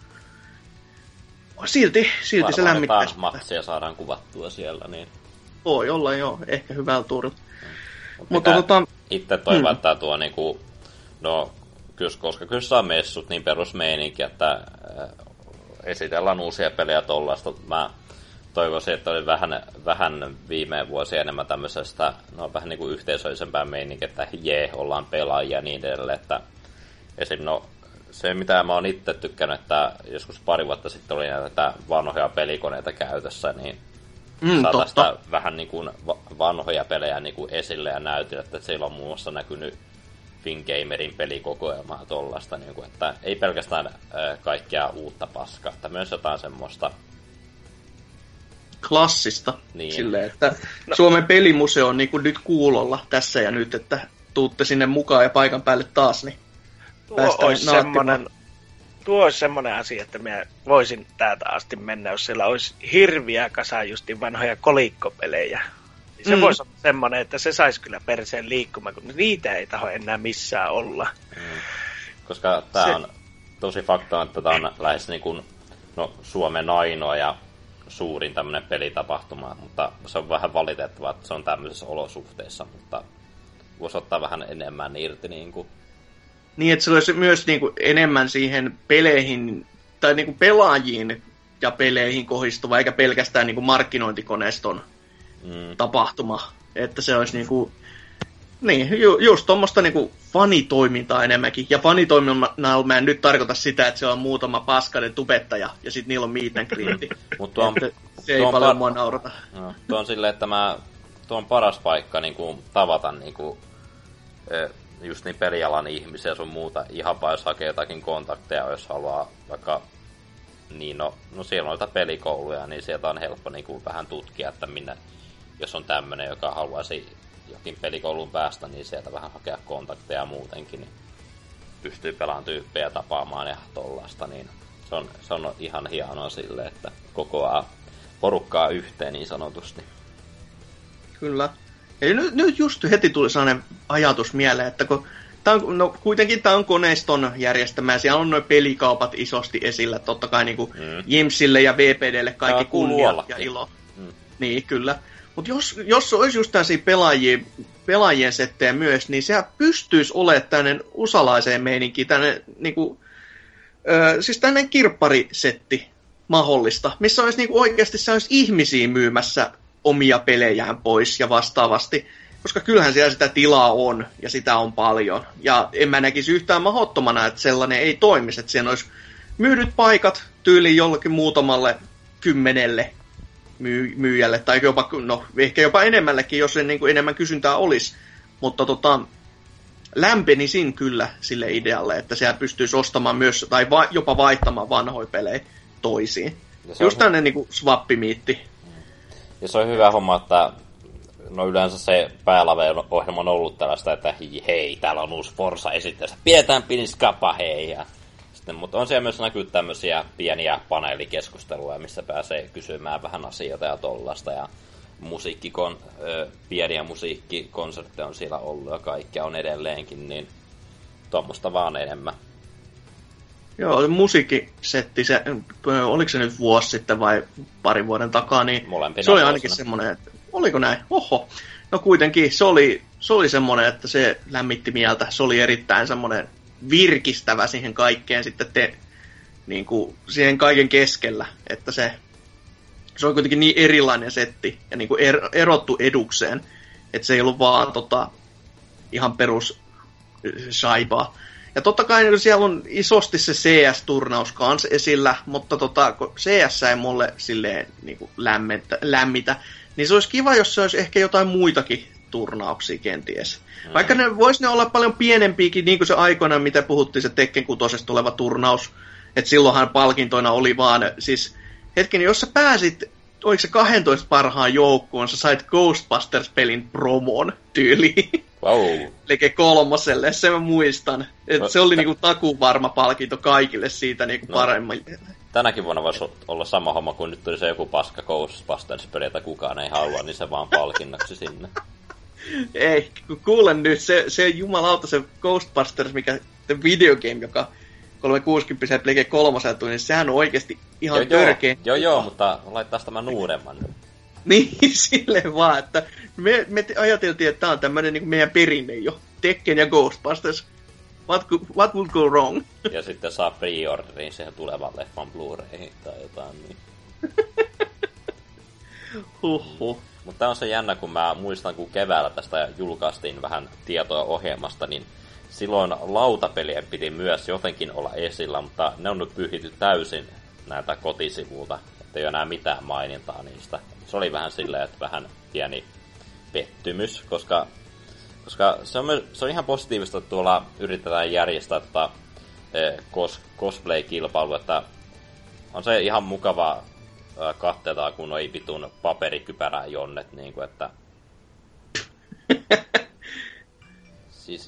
S2: silti se lämmittää.
S3: Matseja saadaan kuvattua siellä, niin...
S2: Voi olla joo, ehkä hyvältä tuurilta.
S3: Mutta itse toivon, että tuo niinku... No, koska kyllä saa messut, niin perusmeininki, että esitellään uusia pelejä tollaista. Mä toivoisin, että oli vähän viime vuosia enemmän tämmöisestä, vähän niinku yhteisöllisempää meininkiä, että ollaan pelaajia ja niin edelleen, että esim. Se mitä mä oon itse tykkännyt, että joskus pari vuotta sitten oli näitä vanhoja pelikoneita käytössä, niin saadaan sitä vähän niinku vanhoja pelejä niinku esille ja näytillä, että siellä on muun muassa näkynyt Fingamerin pelikokoelmaa ja tollaista, niinku, että ei pelkästään kaikkea uutta paskaa, että myös jotain semmoista
S2: klassista, niin. Silleen, että Suomen pelimuseo on niin kuin nyt kuulolla tässä ja nyt, että tuutte sinne mukaan ja paikan päälle taas, niin
S4: tuo olisi semmoinen asia, että minä voisin täältä asti mennä, jos siellä olisi hirviä kasa justiin vanhoja kolikkopelejä. Se voisi olla semmoinen, että se saisi kyllä perseen liikkumaan, kun niitä ei taho enää missään olla.
S3: Koska tämä on tosi fakta, että tämä on lähes niin kuin Suomen ainoa ja suurin tämmönen pelitapahtuma, mutta se on vähän valitettavaa, että se on tämmöisissä olosuhteissa, mutta voisi ottaa vähän enemmän irti niinku.
S2: Niin, että se olisi myös niinku enemmän siihen peleihin, tai niinku pelaajiin ja peleihin kohdistuva, eikä pelkästään niinku markkinointikoneiston tapahtuma. Että se olisi niinku, niin, just tommoista niinku fanitoimintaa enemmänkin. Ja fanitoiminnalla mä en nyt tarkoita sitä, että se on muutama paskainen tubettaja, ja sit niillä on meet and greeti. Se ei paljon mua naurata.
S3: No, tuo on silleen, että tuo on paras paikka niinku tavata niinku just niin pelialan ihmisiä sun muuta. Ihan jos hakee jotakin kontakteja, jos haluaa vaikka niin no siellä on noita pelikouluja, niin sieltä on helppo niinku vähän tutkia, että minne, jos on tämmönen, joka haluaisi jokin pelikouluun päästä, niin sieltä vähän hakea kontakteja muutenkin, niin pystyy pelaamaan tyyppejä tapaamaan ja tollaista, niin se on ihan hienoa silleen, että kokoaa porukkaa yhteen niin sanotusti.
S2: Kyllä. Eli nyt just heti tuli sellainen ajatus mieleen, että kun kuitenkin tämä on koneiston järjestämä, siellä on noin pelikaupat isosti esillä, totta kai niin kuin Jimsille ja VPDlle kaikki kunnia ja ilo. Niin, kyllä. Mutta jos olisi just tällaisia pelaajien settejä myös, niin sehän pystyisi olemaan tämmöinen usalaiseen meininkiin, tämmöinen niinku, siis tämmöinen kirpparisetti mahdollista, missä olisi niinku oikeasti se olisi ihmisiä myymässä omia pelejään pois ja vastaavasti, koska kyllähän siellä sitä tilaa on ja sitä on paljon. Ja en mä näkisi yhtään mahdottomana, että sellainen ei toimisi, että siellä olisi myydyt paikat tyyliin jollekin muutamalle 10 myyjälle, tai jopa, ehkä jopa enemmällekin, jos niin kuin enemmän kysyntää olisi. Mutta lämpenisin kyllä sille idealle, että siellä pystyisi ostamaan myös, tai jopa vaihtamaan vanhoja pelejä toisiin. Just tämmöinen niin kuin swappimiitti.
S3: Ja se on hyvä homma, että yleensä se päälave-ohjelma on ollut tällaista, että hei, täällä on uusi Forza-esittelyssä, pidetään piniskapa, hei. Ja sitten, mutta on siellä myös näkyy tämmöisiä pieniä paneelikeskusteluja, missä pääsee kysymään vähän asioita ja tollaista. Ja pieniä musiikkikonsertteja on siellä ollut ja kaikkea on edelleenkin, niin tuommoista vaan enemmän.
S2: Joo, musiikkisetti, oliko se nyt vuosi sitten vai parin vuoden takaa, niin se oli ainakin semmoinen, että oliko näin? Oho. No kuitenkin, se oli semmoinen, että se lämmitti mieltä, se oli erittäin semmoinen virkistävä siihen kaikkeen sitten niin kuin siihen kaiken keskellä, että se oli kuitenkin niin erilainen setti ja niin kuin erottu edukseen, että se ei ollut vaan ihan perus saipaa. Ja totta kai siellä on isosti se CS-turnaus kans esillä, mutta CS ei mulle silleen niin kuin lämmitä, niin se olisi kiva, jos se olisi ehkä jotain muitakin turnauksia kenties. Vaikka ne vois olla paljon pienempiäkin, niin kuin se aikoinaan, mitä puhuttiin, se Tekken 6 tuleva turnaus. Että silloinhan palkintoina oli vaan, siis hetken, jos sä pääsit, oliko se 12 parhaan joukkoon, sä sait Ghostbusters-pelin promon tyyliin.
S3: Wow.
S2: Eli 3, se mä muistan. Et se oli niinku takuvarma palkinto kaikille siitä niinku paremmin.
S3: Tänäkin vuonna voisi olla sama homma, kun nyt tuli se joku paska Ghostbusters-peli, jota kukaan ei halua, niin se vaan palkinnoksi sinne.
S2: Ei, kuulen nyt, se jumalauta, se Ghostbusters, mikä the video game, joka 360 Play 3 tuli, niin sehän on oikeesti ihan törkeä.
S3: Joo, mutta laittaa tämän uudemman.
S2: Niin, silleen vaan, että me ajateltiin, että tää on tämmönen niin meidän perinne jo. Tekken ja Ghostbusters. What would go wrong?
S3: Ja sitten saa pre-orderin siihen tulevan leffan Blu-rayhin tai jotain niin.
S2: Huhhuh.
S3: Mutta on se jännä, kun mä muistan, kun keväällä tästä julkaistiin vähän tietoa ohjelmasta, niin silloin lautapelien piti myös jotenkin olla esillä, mutta ne on nyt pyyhitty täysin näitä kotisivulta, ettei ole enää mitään mainintaa niistä. Se oli vähän silleen, että vähän pieni pettymys, koska se on ihan positiivista, että tuolla yritetään järjestää cosplay-kilpailu, että on se ihan mukava katsotaan, kun ei vitun paperikypärää jonnet, niin kuin, että siis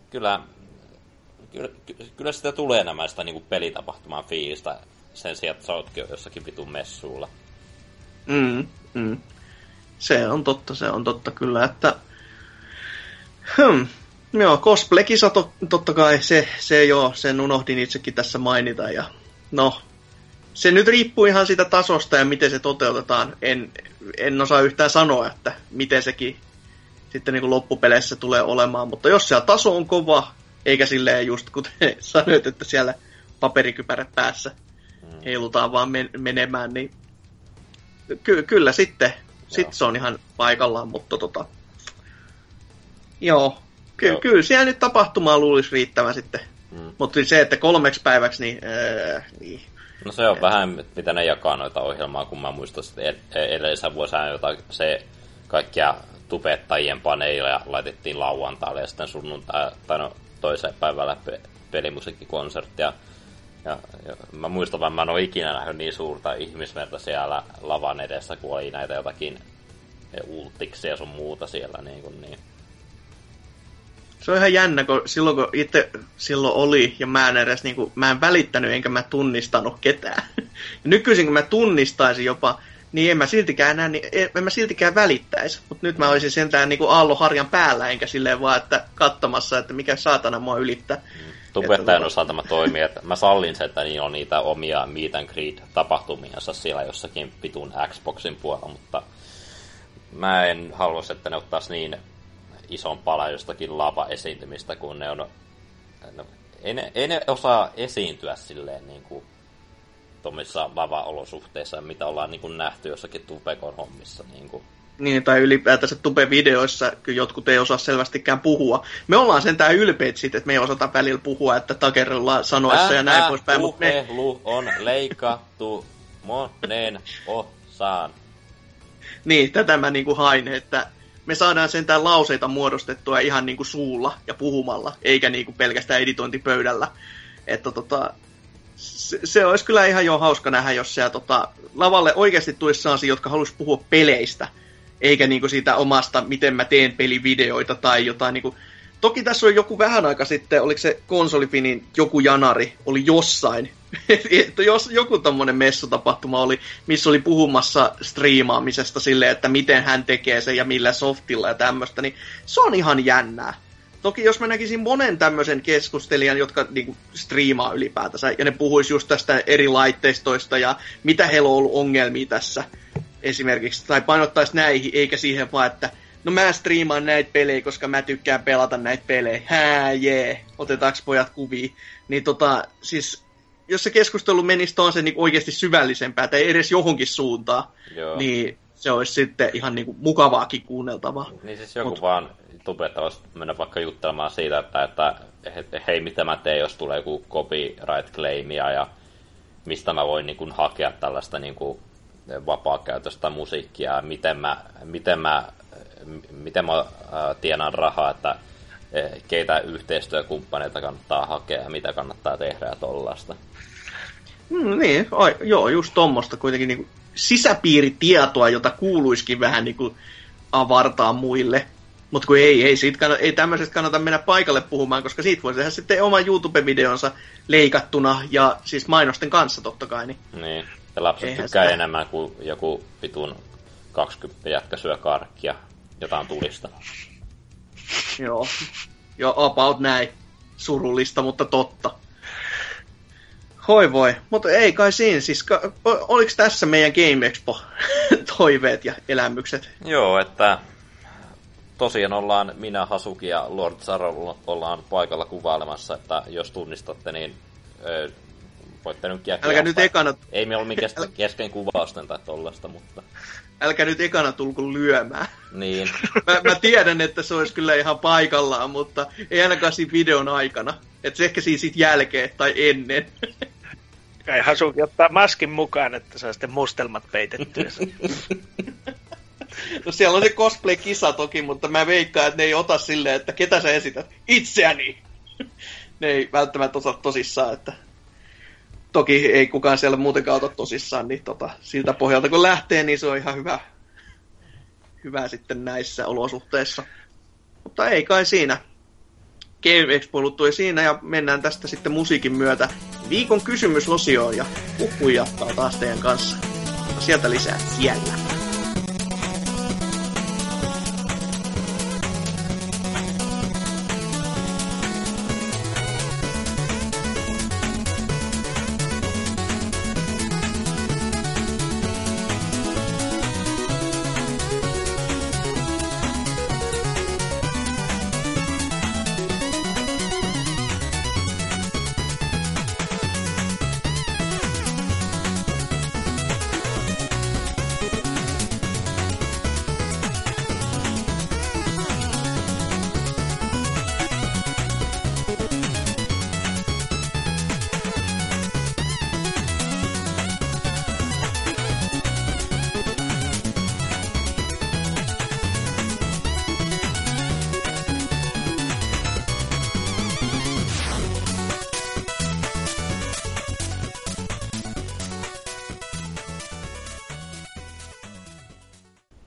S3: kyllä sitä tulee nämä sitä niin kuin pelitapahtuman fiilistä sen sijaan, että sä ootkin jossakin vitun messuulla.
S2: Se on totta kyllä, että joo, cosplay-kisa totta kai, sen unohdin itsekin tässä mainita, ja no, se nyt riippuu ihan siitä tasosta ja miten se toteutetaan. En osaa yhtään sanoa, että miten sekin sitten niin kuin loppupeleissä tulee olemaan. Mutta jos siellä taso on kova, eikä silleen just kuten sanoit, että siellä paperikypärä päässä heilutaan vaan menemään, niin kyllä sitten se on ihan paikallaan, mutta joo. Kyllä siellä nyt tapahtumaa luulisi riittävän sitten. Mutta se, että 3 päiväksi, niin.
S3: No se on vähän, mitä ne jakaa noita ohjelmaa, kun mä muistan, että edellisellä vuosina se kaikkia tubettajien paneilleja laitettiin lauantaille ja sitten sunnuntai, toiseen päivällä pelimusiikkikonserttia. Ja mä muistan, että mä en ole ikinä nähnyt niin suurta ihmisverta siellä lavan edessä, kun oli näitä jotakin ultiksia ja sun muuta siellä. Niin.
S2: Se on ihan jännä, kun silloin kun itse silloin oli, ja mä en välittänyt enkä mä tunnistanut ketään. Ja nykyisin kun mä tunnistaisin jopa, niin en mä siltikään välittäisi. Mutta nyt mä olisin sentään niin kuin aallonharjan päällä, enkä silleen vaan, että katsomassa, että mikä saatana mua ylittää.
S3: Tubettajan osalta mä toimin, että mä sallin sen, että niillä on niitä omia meet and greet-tapahtumiansa siellä jossakin pitun Xboxin puolella, mutta mä en haluaisi, että ne ottaisi niin ison palan jostakin lava-esiintymistä, kun ne on. Ei ne osaa esiintyä silleen niin kuin tuommoissa lava-olosuhteissa, mitä ollaan niin kuin nähty jossakin Tubekon hommissa.
S2: Niin, tai ylipäätänsä Tube-videoissa, kyllä jotkut ei osaa selvästikään puhua. Me ollaan sentään ylpeitä siitä, että me ei osata välillä puhua, että takerrellaan sanoissa ja näin poispäin.
S3: Puhelu on leikattu monen osaan.
S2: Niin, tätä mä niinku hain, että me saadaan sentään lauseita muodostettua ihan niinku suulla ja puhumalla, eikä niinku pelkästään editointipöydällä. Että se olisi kyllä ihan jo hauska nähdä, jos siellä lavalle oikeasti tulisi sellaisia, jotka haluaisi puhua peleistä, eikä niinku siitä omasta, miten mä teen pelivideoita tai jotain niinku. Toki tässä on joku vähän aika sitten, oliko se konsolifinin joku janari, oli jossain, jos joku tommonen messutapahtuma oli, missä oli puhumassa striimaamisesta silleen, että miten hän tekee sen ja millä softilla ja tämmöstä, niin se on ihan jännää. Toki jos mä näkisin monen tämmöisen keskustelijan, jotka niinku striimaa ylipäätänsä, ja ne puhuisi just tästä eri laitteistoista ja mitä heillä on ollut ongelmia tässä esimerkiksi, tai painottaisi näihin, eikä siihen vaan, että no mä striimaan näitä pelejä, koska mä tykkään pelata näitä pelejä. Otetaanko pojat kuvia? Niin siis jos se keskustelu menisi se niin oikeasti syvällisempää tai edes johonkin suuntaan, niin se olisi sitten ihan niin kuin mukavaakin kuunneltavaa.
S3: Niin siis joku vaan tubettaisi mennä vaikka juttelemaan siitä, että hei, mitä mä teen, jos tulee joku copyright claimia ja mistä mä voin niin kuin hakea tällaista niin kuin vapaakäytöstä musiikkia ja miten mä tienaan rahaa, että keitä yhteistyökumppaneita kannattaa hakea ja mitä kannattaa tehdä ja tollaista.
S2: Niin, joo, just tommoista kuitenkin niin kuin sisäpiiritietoa, jota kuuluisikin vähän niin kuin avartaa muille. Mutta kun ei tämmöisestä kannata mennä paikalle puhumaan, koska siitä voisi tehdä sitten oman YouTube-videonsa leikattuna ja siis mainosten kanssa totta kai. Niin,
S3: ja lapset tykkää enemmän kuin joku vitun 20 jätkä syö karkkia, jota on tulista.
S2: Joo, about näin. Surullista, mutta totta. Hoi voi, mutta ei kai siinä. Siis, oliko tässä meidän Game Expo-toiveet ja elämykset?
S3: Joo, että tosiaan ollaan minä, Hasuki ja Lord Zaro ollaan paikalla kuvailemassa, että jos tunnistatte, niin voitte nyt
S2: älkää nyt ekana.
S3: Ei me ole mikään kesken kuvausten tai tollaista, mutta
S2: älkää nyt ekana tulko lyömään.
S3: Niin.
S2: mä tiedän, että se olisi kyllä ihan paikallaan, mutta ei ainakaan siinä videon aikana. Että se ehkä siinä sit jälkeen tai ennen.
S4: Kai Hasuki ottaa maskin mukaan, että saa sitten mustelmat peitettyä.
S2: No siellä on se cosplay-kisa toki, mutta mä veikkaan, että ne ei ota silleen, että ketä sä esität? Itseäni! Ne ei välttämättä osaa tosissaan, että toki ei kukaan siellä muutenkaan ota tosissaan, niin siltä pohjalta kun lähtee, niin se on ihan hyvä sitten näissä olosuhteissa. Mutta ei kai siinä. Game Expo tuli siinä ja mennään tästä sitten musiikin myötä viikon kysymyslosioon ja Puhu jatkaa taas teidän kanssa. Sieltä lisää siellä.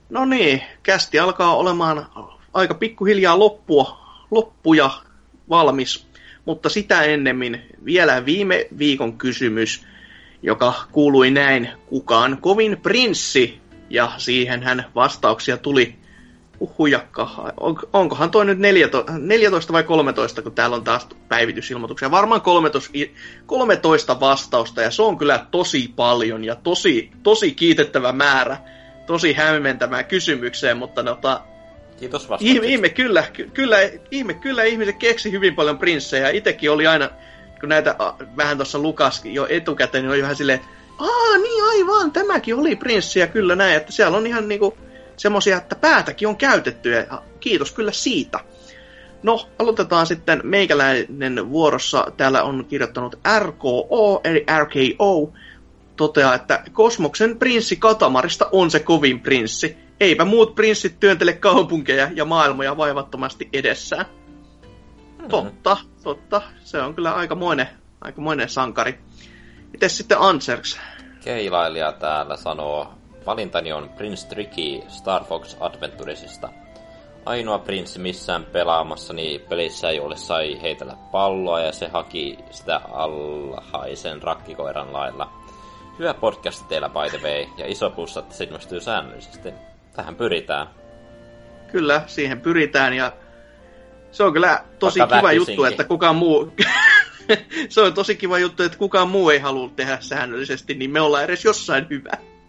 S2: No niin, kästi alkaa olemaan aika pikkuhiljaa loppuja valmis, mutta sitä ennemmin vielä viime viikon kysymys, joka kuului näin: kuka on kovin prinssi? Ja siihenhän vastauksia tuli hujakka. Onkohan toi nyt 14 vai 13, kun täällä on taas päivitysilmoituksia. Varmaan 13 vastausta, ja se on kyllä tosi paljon ja tosi kiitettävä määrä. Tosi hämmentävää kysymykseen, mutta
S3: kiitos vastauksesta.
S2: Ihme kyllä ihmiset keksi hyvin paljon prinssejä. Itekin oli aina, kun näitä vähän tuossa lukaskin jo etukäteen, niin oli vähän silleen, niin aivan, tämäkin oli prinssi ja kyllä näin, että siellä on ihan niinku semmosia, että päätäkin on käytetty ja kiitos kyllä siitä. No, aloitetaan sitten meikäläinen vuorossa. Täällä on kirjoittanut RKO, eli RKO, toteaa, että kosmoksen prinssi Katamarista on se kovin prinssi. Eipä muut prinssit työntele kaupunkeja ja maailmoja vaivattomasti edessään. Totta. Se on kyllä aikamoinen sankari. Mites sitten Ansers?
S3: Keilailija täällä sanoo, valintani on Prince Tricky Star Fox Adventuresista. Ainoa prinssi missään pelaamassani pelissä ei ole sai heitellä palloa ja se haki sitä alhaisen rakkikoiran lailla. Hyvä podcast teillä by the way, ja iso plussa, että se ilmestyy säännöllisesti. Tähän pyritään. Kyllä,
S2: siihen pyritään, ja se on kyllä tosi kiva juttu, että kukaan muu... se on tosi kiva juttu, että kukaan muu ei halua tehdä säännöllisesti, niin me ollaan edes jossain hyvä.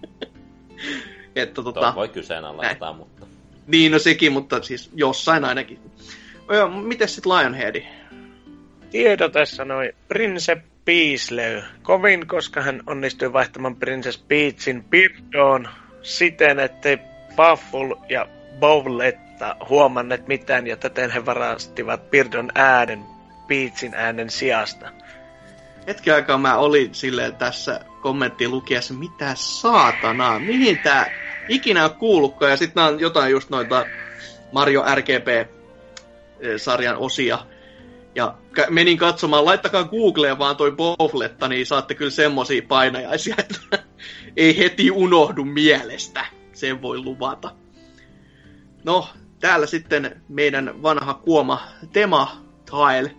S3: Tuo voi kyseenalaistaa, mutta...
S2: Niin, no sekin, mutta siis jossain ainakin. Mites sit Lionhead?
S4: Tiedote sanoi Prince Peasley. Kovin, koska hän onnistui vaihtamaan Princess Peachin Birdoon siten, ettei Puffle ja Bowletta huomanneet mitään, ja täten he varastivat Birdon äänen Peachin äänen sijasta.
S2: Hetken aikaa mä olin silleen tässä kommenttiin lukiessa, mitä saatanaa, mihin tää ikinä on kuullutkaan, ja sitten on jotain just noita Mario RGB-sarjan osia. Ja menin katsomaan, laittakaa Googleen vaan toi Bowletta, niin saatte kyllä semmosia painajaisia, että ei heti unohdu mielestä. Sen voi luvata. No, täällä sitten meidän vanha kuoma Tema Tile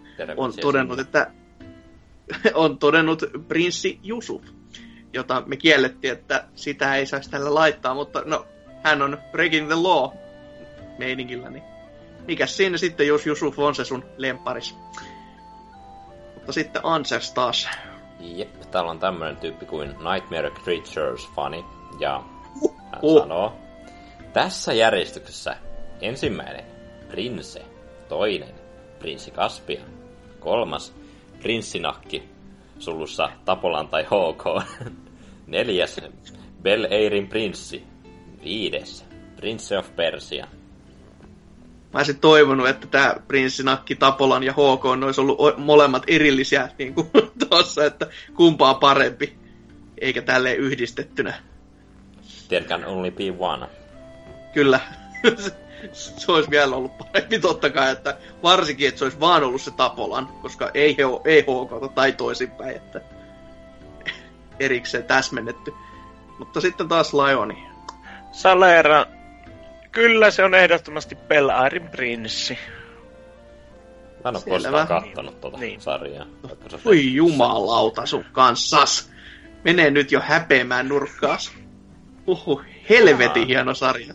S2: on todennut prinssi Yusuf, jota me kiellettiin, että sitä ei saisi tällä laittaa, mutta no, hän on breaking the law meiningillä, niin mikäs siinä sitten, jos Yusuf on se sun lemparis. Mutta sitten Answers taas.
S3: Jep, täällä on tämmönen tyyppi kuin Nightmare Creatures-fani, ja hän sanoo, tässä järjestyksessä ensimmäinen, Prince, toinen, Prinssi Caspian, kolmas, Prinssinakki, sulussa Tapolan tai HK, neljäs, Bel Airin prinssi, viides, Prince of Persia.
S2: Mä olisin toivonut, että tää Prinssinakki, Tapolan ja HK olisi ollut molemmat erillisiä niin kuin tuossa, että kumpaa parempi, eikä tälleen yhdistettynä.
S3: There can only be one.
S2: Kyllä. Se olisi vielä ollut parempi totta kai, että varsinkin, että se olisi vaan ollut se Tapolan, koska ei HK tai toisinpäin, että erikseen täsmennetty. Mutta sitten taas Lioni.
S4: Salera, kyllä se on ehdottomasti Bel Airin prinssi.
S3: Mä en ole koskaan kattonut tuota sarjaa.
S2: Oi jumalauta sun kanssas. Menee nyt jo häpeämään nurkkaas. Helvetin hieno sarja.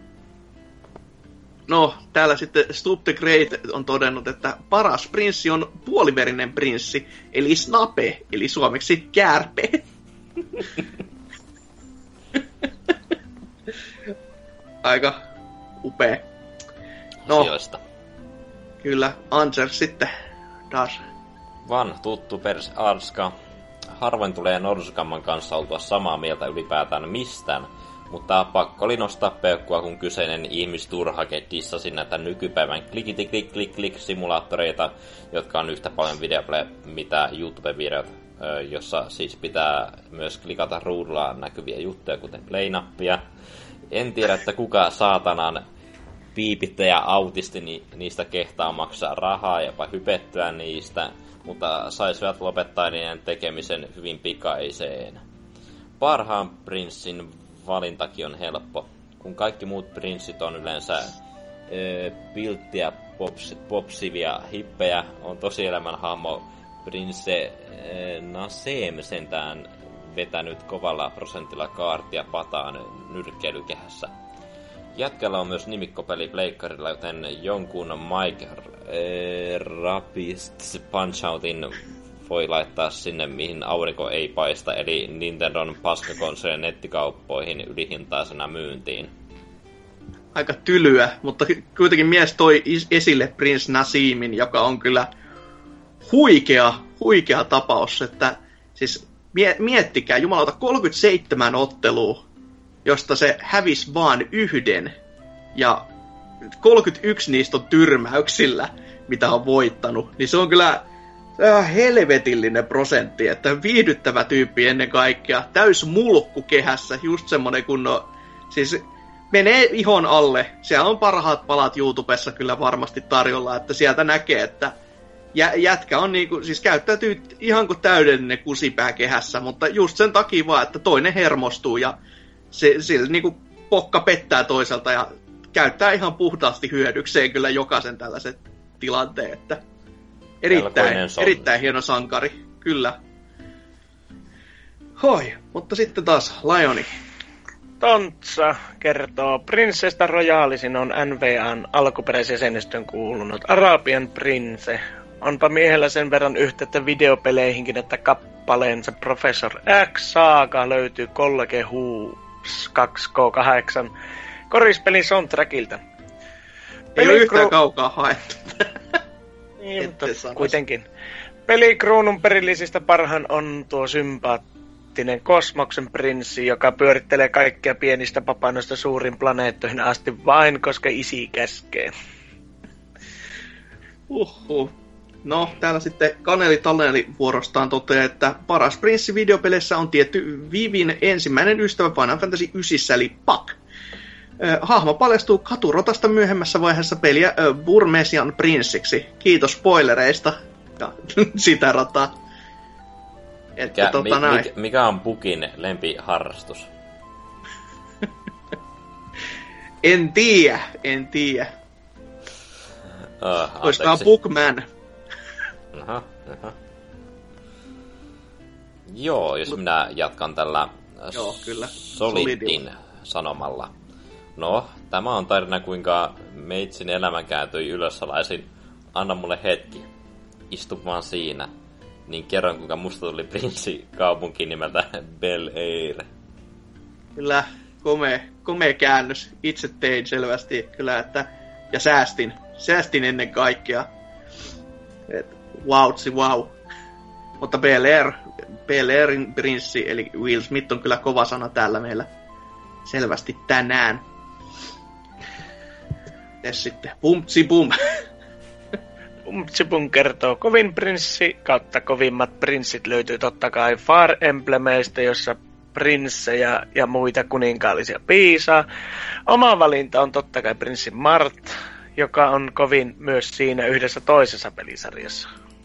S2: No, täällä sitten Stub the Great on todennut, että paras prinssi on puoliverinen prinssi, eli snape, eli suomeksi kärpe. Aika upea. No,
S3: asioista.
S2: Kyllä, Answer sitten taas.
S3: Van tuttu pers arska. Harvoin tulee Norsukamman kanssa oltua samaa mieltä ylipäätään mistään, mutta pakko oli nostaa peukkua, kun kyseinen ihmisturhake dissasi näitä nykypäivän klik-klik-klik-klik-simulaattoreita, jotka on yhtä paljon videoplay mitä YouTube-videot, jossa siis pitää myös klikata ruudulla näkyviä juttuja, kuten play-nappia. En tiedä, että kuka saatanan piipittäjä autisti niistä kehtaa maksaa rahaa ja jopa hypettyä niistä, mutta saisivat lopettaa niiden tekemisen hyvin pikaiseen. Parhaan prinssin valintakin on helppo. kun kaikki muut prinssit on yleensä pilttiä, popsivia hippejä, on tosielämän hahmo Prince Nasem sentään vetänyt kovalla prosentilla kaartia pataan nyrkkeilykehässä. Jätkällä on myös nimikkopeli pleikkarilla, joten jonkun Mike Rapists Punch-Outin voi laittaa sinne, mihin aurinko ei paista, eli Nintendon paskakonsolien nettikauppoihin ylihintaisena myyntiin.
S2: Aika tylyä, mutta kuitenkin mies toi esille Prince Naseemin, joka on kyllä huikea tapaus, että siis miettikää, jumalauta, 37 ottelua, josta se hävisi vaan yhden, ja 31 niistä on tyrmäyksillä, mitä on voittanut, niin se on kyllä helvetillinen prosentti, että viihdyttävä tyyppi ennen kaikkea, täys mulkku kehässä, just semmonen kunnon, siis menee ihon alle, siellä on parhaat palat YouTubessa kyllä varmasti tarjolla, että sieltä näkee, että jätkä on niinku, siis käyttäytyy ihan kuin täydellinen kusipää kehässä, mutta just sen takia vaan, että toinen hermostuu ja sillä niinku pokka pettää toiselta ja käyttää ihan puhtaasti hyödykseen kyllä jokaisen tällaisen tilanteen, että erittäin hieno sankari, kyllä. Hoi, mutta sitten taas Lioni.
S4: Tontsa kertoo, Prinsesta Royalisin on NVAn alkuperäisjäsenistön kuulunut Arabian Prince. Onpa miehellä sen verran yhteyttä videopeleihinkin, että kappaleensa Professor X Saga löytyy College Hoops 2K8 korispelin soundtrackilta.
S2: Ei ole yhtään kaukaa haettu.
S4: Niin, mutta kuitenkin. Pelikruunun perillisistä parhaan on tuo sympaattinen Kosmoksen prinssi, joka pyörittelee kaikkia pienistä papanoista suurin planeettoihin asti vain, koska isi käskee.
S2: No, täällä sitten Kaneli Talleli vuorostaan toteaa, että paras prinssi videopeleissä on tietty Vivin ensimmäinen ystävä Final Fantasy 9, eli Puck. Hahmo paljastuu katurotasta myöhemmässä vaiheessa peliä Burmesian prinssiksi. Kiitos spoilereista. Ja sitä rataa. Että
S3: mikä on Pukin lempiharrastus?
S2: En tiedä. Oiskaan Bookman.
S3: Aha. Joo, jos minä jatkan tällä
S2: kyllä.
S3: Solidin sanomalla. No, tämä on tarina, kuinka meitsin elämä kääntyi ylösalaisin. Anna mulle hetki. Istu vaan siinä. Niin kerron, kuinka musta tuli prinssi kaupunki nimeltä Bel Air. Kyllä,
S2: komea käännös. Itse tein selvästi kyllä, että ja säästin ennen kaikkea. Wow. Mutta Bel Airin prinssi, eli Will Smith on kyllä kova sana täällä meillä selvästi tänään. Mites sitten? Bum.
S4: Bum kertoo, kovin prinssi kautta kovimmat prinssit löytyy totta kai Fire Emblemeistä, jossa prinssejä ja muita kuninkaallisia piisaa. Oma valinta on totta kai prinssi Mart, joka on kovin myös siinä yhdessä toisessa pelisarjassa.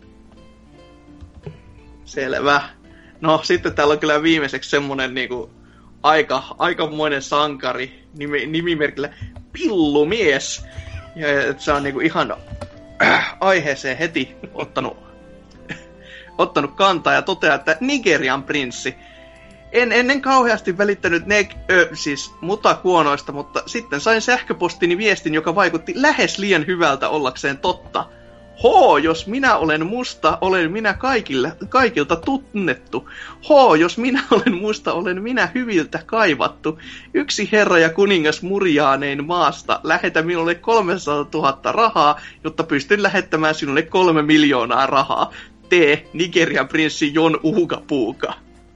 S2: Selvä. No sitten täällä on kyllä viimeiseksi semmonen niinku aikamoinen sankari nimimerkillä Pillumies. Ja se on niinku ihan aiheeseen heti ottanut kantaa ja toteaa, että Nigerian prinssi. En ennen kauheasti välittänyt siis mutakuonoista, mutta sitten sain sähköpostini viestin, joka vaikutti lähes liian hyvältä ollakseen totta. Jos minä olen musta, olen minä kaikilta tunnettu. Jos minä olen musta, olen minä hyviltä kaivattu. Yksi herra ja kuningas murjaanein maasta. Lähetä minulle 300 000 rahaa, jotta pystyn lähettämään sinulle 3 miljoonaa rahaa. Tee Nigerian prinssi Jon Uuga-Puuga.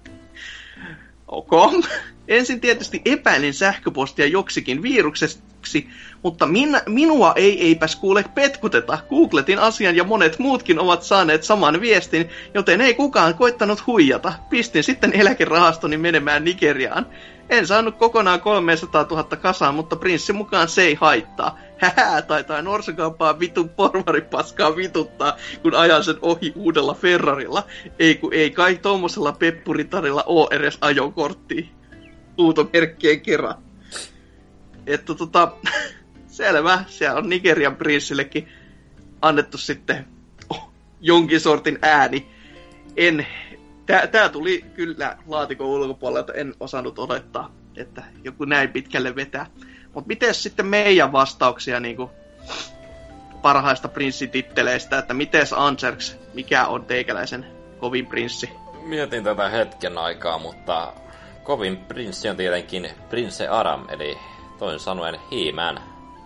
S2: Ensin tietysti epäilin sähköpostia joksikin virukseksi, mutta minua eipäs kuule petkuteta. Googletin asian ja monet muutkin ovat saaneet saman viestin, joten ei kukaan koittanut huijata. Pistin sitten eläkerahastoni menemään Nigeriaan. En saanut kokonaan 300 000 kasaan, mutta prinssin mukaan se ei haittaa. Taitaa norsukauppaa vitun porvaripaskaa vituttaa, kun ajan sen ohi uudella Ferrarilla. Ei kai tommosella peppuritarilla oo edes ajokorttia. Huutomerkkien kerran. että selvä, siellä on Nigerian prinssillekin annettu sitten jonkin sortin ääni. Tää tuli kyllä laatikon ulkopuolelta, en osannut odottaa, että joku näin pitkälle vetää. Mutta miten sitten meidän vastauksia niinku parhaista prinssititteleistä, että mites Anserks, mikä on teikäläisen kovin prinssi?
S3: Mietin tätä hetken aikaa, mutta kovin prinssi on tietenkin Prince Adam, eli toisin sanoen He-Man.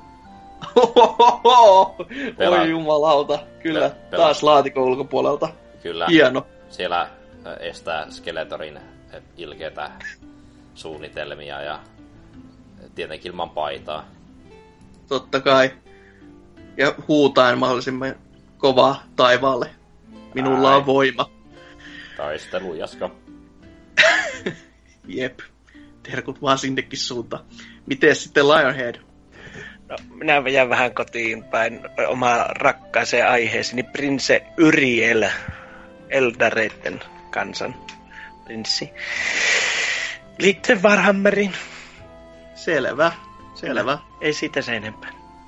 S2: Oi jumalauta, kyllä, taas laatikon ulkopuolelta.
S3: Kyllä,
S2: hieno.
S3: Siellä estää Skeletorin ilkeitä suunnitelmia ja tietenkin ilman paitaa.
S2: Totta kai. Ja huutaen mahdollisimman kovaa taivaalle. Minulla on voima.
S3: Taistelu, jaska.
S2: Jep. Terkut vaan sinnekin suuntaan. Miten sitten Lionhead?
S4: No, minä jään vähän kotiin päin omaa rakkaaseen aiheeseni. Prince Uriel, Eldareitten kansan prinssi. Liittyen Warhammerin.
S2: Selvä.
S4: Ei siitä sen enempää.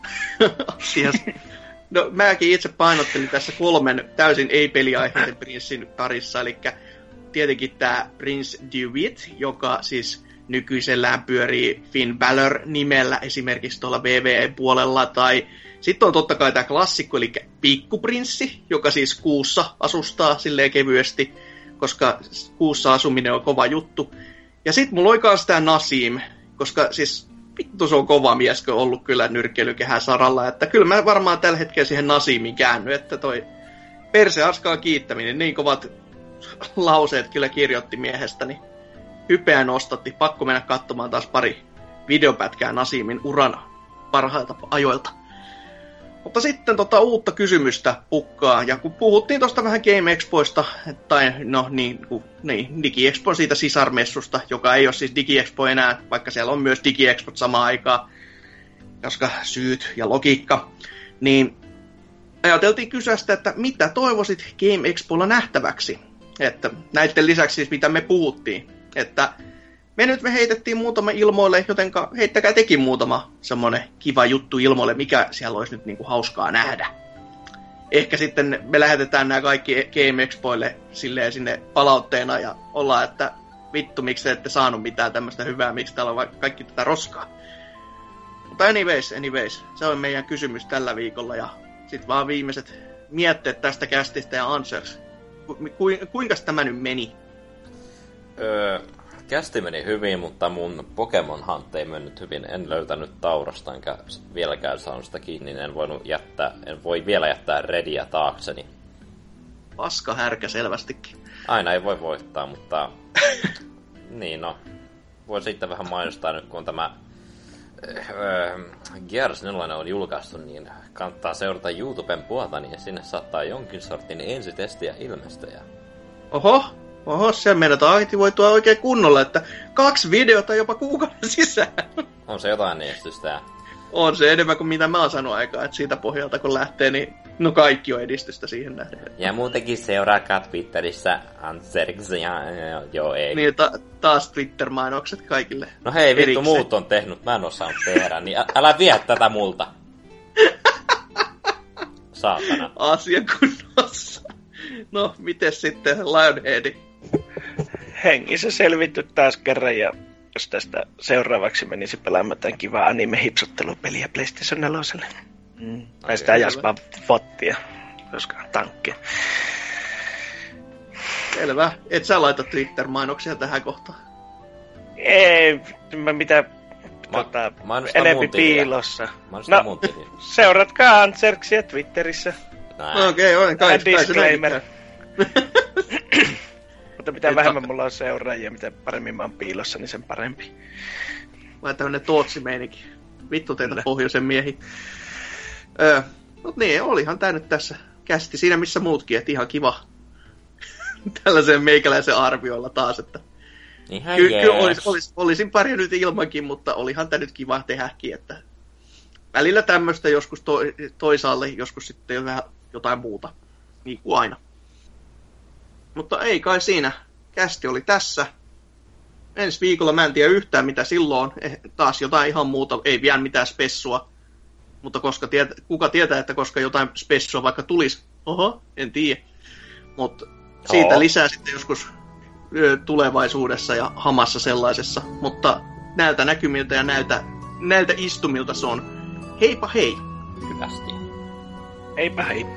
S2: No mäkin itse painottelin tässä 3 täysin ei-peliaiheisen prinssin parissa, eli tietenkin tämä Prince DeWitt, joka siis nykyisellään pyörii Finn Balor-nimellä esimerkiksi tuolla WWE-puolella, tai sitten on totta kai tämä klassikko, eli Pikkuprinssi, joka siis kuussa asustaa silleen kevyesti, koska kuussa asuminen on kova juttu. Ja sitten mulla oli kans tää Nasim, koska siis vittu se on kova mies, on ollut kyllä nyrkkeilykehän saralla, että kyllä mä varmaan tällä hetkellä siihen Nasimiin käänny, että toi Perse Arskaan kiittäminen, niin kovat lauseet kyllä kirjoitti miehestäni. Hypeä nostatti, pakko mennä katsomaan taas pari videopätkää Nasimin uran parhailta ajoilta. Mutta sitten uutta kysymystä pukkaa, ja kun puhuttiin tuosta vähän Game Expoista, tai DigiExpo siitä sisarmessusta, joka ei ole siis DigiExpo enää, vaikka siellä on myös DigiExpot samaan aikaan, koska syyt ja logiikka, niin ajateltiin kysyä sitä, että mitä toivoisit Game Expolla nähtäväksi, että näiden lisäksi siis mitä me puhuttiin, että me heitettiin muutama ilmoille, jotenka heittäkää tekin muutama semmonen kiva juttu ilmoille, mikä siellä olisi nyt niinku hauskaa nähdä. Ehkä sitten me lähetetään nämä kaikki Game Expoille silleen sinne palautteena ja ollaan, että vittu, miksi te ette saanut mitään tämmöistä hyvää, miksi täällä on kaikki tätä roskaa. Mutta anyways, se on meidän kysymys tällä viikolla ja sitten vaan viimeiset mietteet tästä kästistä ja answers. Kuinka tämä nyt meni?
S3: Kästi meni hyvin, mutta mun Pokemon Hunt ei mennyt hyvin. En löytänyt Taurasta, enkä vieläkään saanut sitä kiinni. En voi vielä jättää Redia taakseni.
S2: Paska härkä selvästikin.
S3: Aina ei voi voittaa, mutta niin no. Voi sitten vähän mainostaa nyt, kun tämä Gears 4 on julkaistu, niin kannattaa seurata YouTuben puolta, niin sinne saattaa jonkin sortin ensitestiä ilmestyä.
S2: Oho, se meinataan aktivoitua oikein kunnolla, että 2 videota jopa kuukauden sisään.
S3: On se jotain edistystä.
S2: On se enemmän kuin mitä mä oon sanonut aikaa, että siitä pohjalta kun lähtee, niin no kaikki on edistystä siihen nähden.
S3: Ja muutenkin seuraakaa Twitterissä Anserksia, joo ei.
S2: Niin, taas Twitter-mainokset kaikille.
S3: No hei, vittu
S2: erikseen.
S3: Muut on tehnyt, mä en oo saanut tehdä, niin älä vie tätä multa. Saatana.
S2: Asia kunnossa. No, mites sitten Lionhead?
S4: Hengissä selvitty taas kerran, ja jos tästä seuraavaksi menisi pelaamaan tämän kivaa anime-hipsuttelupeliä PlayStation 4. Tai sitä ajaspaa vottia, koska tankkeja.
S2: Selvä. Et sä laita Twitter-mainoksia tähän kohtaan?
S4: Ei, mitä enempi piilossa. No, seuratkaa Anserksia Twitterissä.
S2: Okei, kai
S4: disclaimer. Mutta mitä vähemmän mulla on seuraajia, mitä paremmin mä oon piilossa, niin sen parempi.
S2: Vai tämmönen tootsimeininki. Vittu teitä pohjoisen miehi. Mut niin, olihan tää nyt tässä kästi siinä missä muutkin, että ihan kiva. Tällaisen meikäläisen arvioilla taas, että kyllä olisin pärjännyt ilmankin, mutta olihan tää nyt kiva tehdäkin, että välillä tämmöistä joskus toisaalle, joskus sitten vähän jotain muuta, niin kuin aina. Mutta ei kai siinä. Kästi oli tässä. ensi viikolla mä en tiedä yhtään mitä silloin. Taas jotain ihan muuta, ei vielä mitään spessua. Mutta kuka tietää, että koska jotain spessua vaikka tulisi. Oho, en tiedä. Mutta siitä lisää sitten joskus tulevaisuudessa ja hamassa sellaisessa. Mutta näiltä näkymiltä ja näiltä istumilta se on heippa hei.
S3: Hyvästi.
S4: Heippa hei.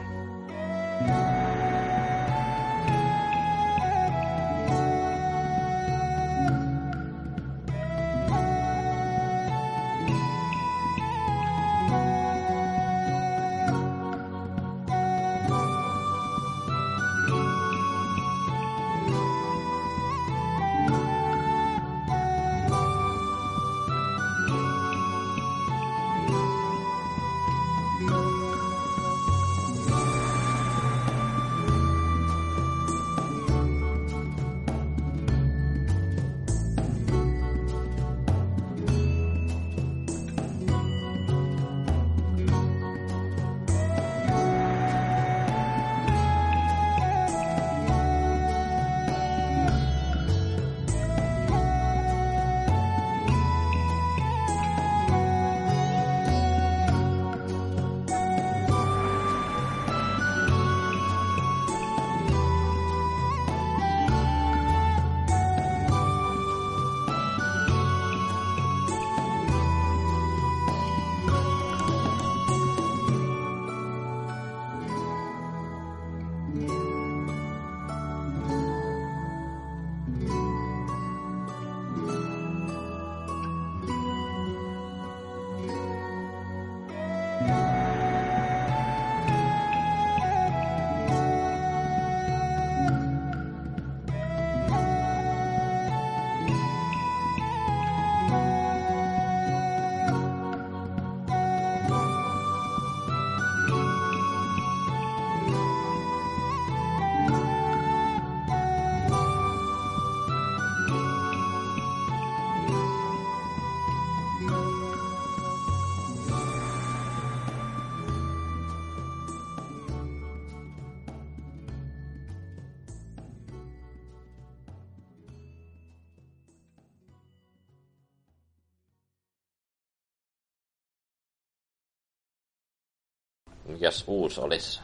S3: Mikäs uusi olisi?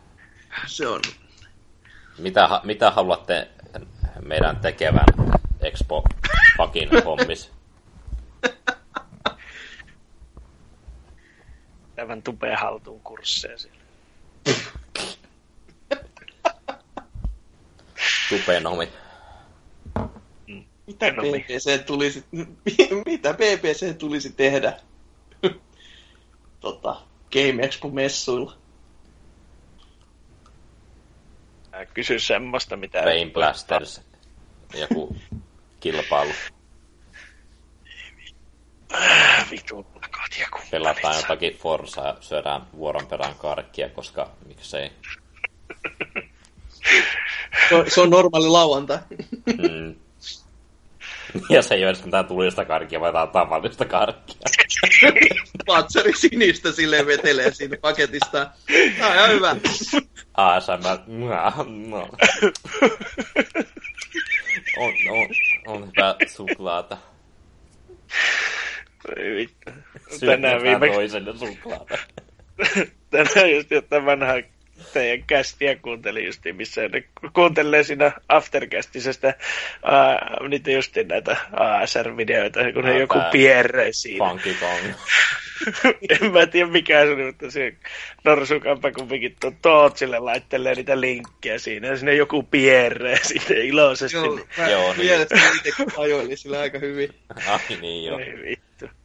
S2: Se on.
S3: Mitä haluatte meidän tekevän Expo fucking hommis?
S4: Tämän tupeen haltuun kursseja siellä.
S3: Tupenomi.
S2: Mitä BBC tulisi tehdä? Game Expo-messuilla.
S4: Kysy semmoista, mitä...
S3: Rain Blasters. Joku kilpailu.
S4: Vittu, kotia kumppanit.
S3: Pelataan jotakin Forzaa, syödään vuoron perään karkkia, koska miksei.
S2: Se on normaali lauantai.
S3: Ja se ei ole edes mitään tulista karkkia, vaan jotain tavallista karkkia.
S2: Patsari sinistä silleen vetelee siitä paketista. Tää on ihan hyvä.
S3: No. On hyvä suklaata.
S4: Ei vittu.
S3: Tänään viimeksi toiselle suklaata.
S4: Tänään just jotain vanhaa teidän kästiä kuuntelin justiin, missä ne kuuntelee siinä aftercastisesta niitä justiin näitä ASR-videoita, kun ne joku pierre siinä.
S3: Funky Kong.
S4: En mä tiedä mikä se oli, mutta se norsukampa kumminkin Tootsille laittelee niitä linkkejä siinä, ja siinä joku pierre sitten iloisesti.
S2: Joo, mielestäni itsekin ajoili sillä aika hyvin.
S3: Ai niin joo.
S4: Ei vittu.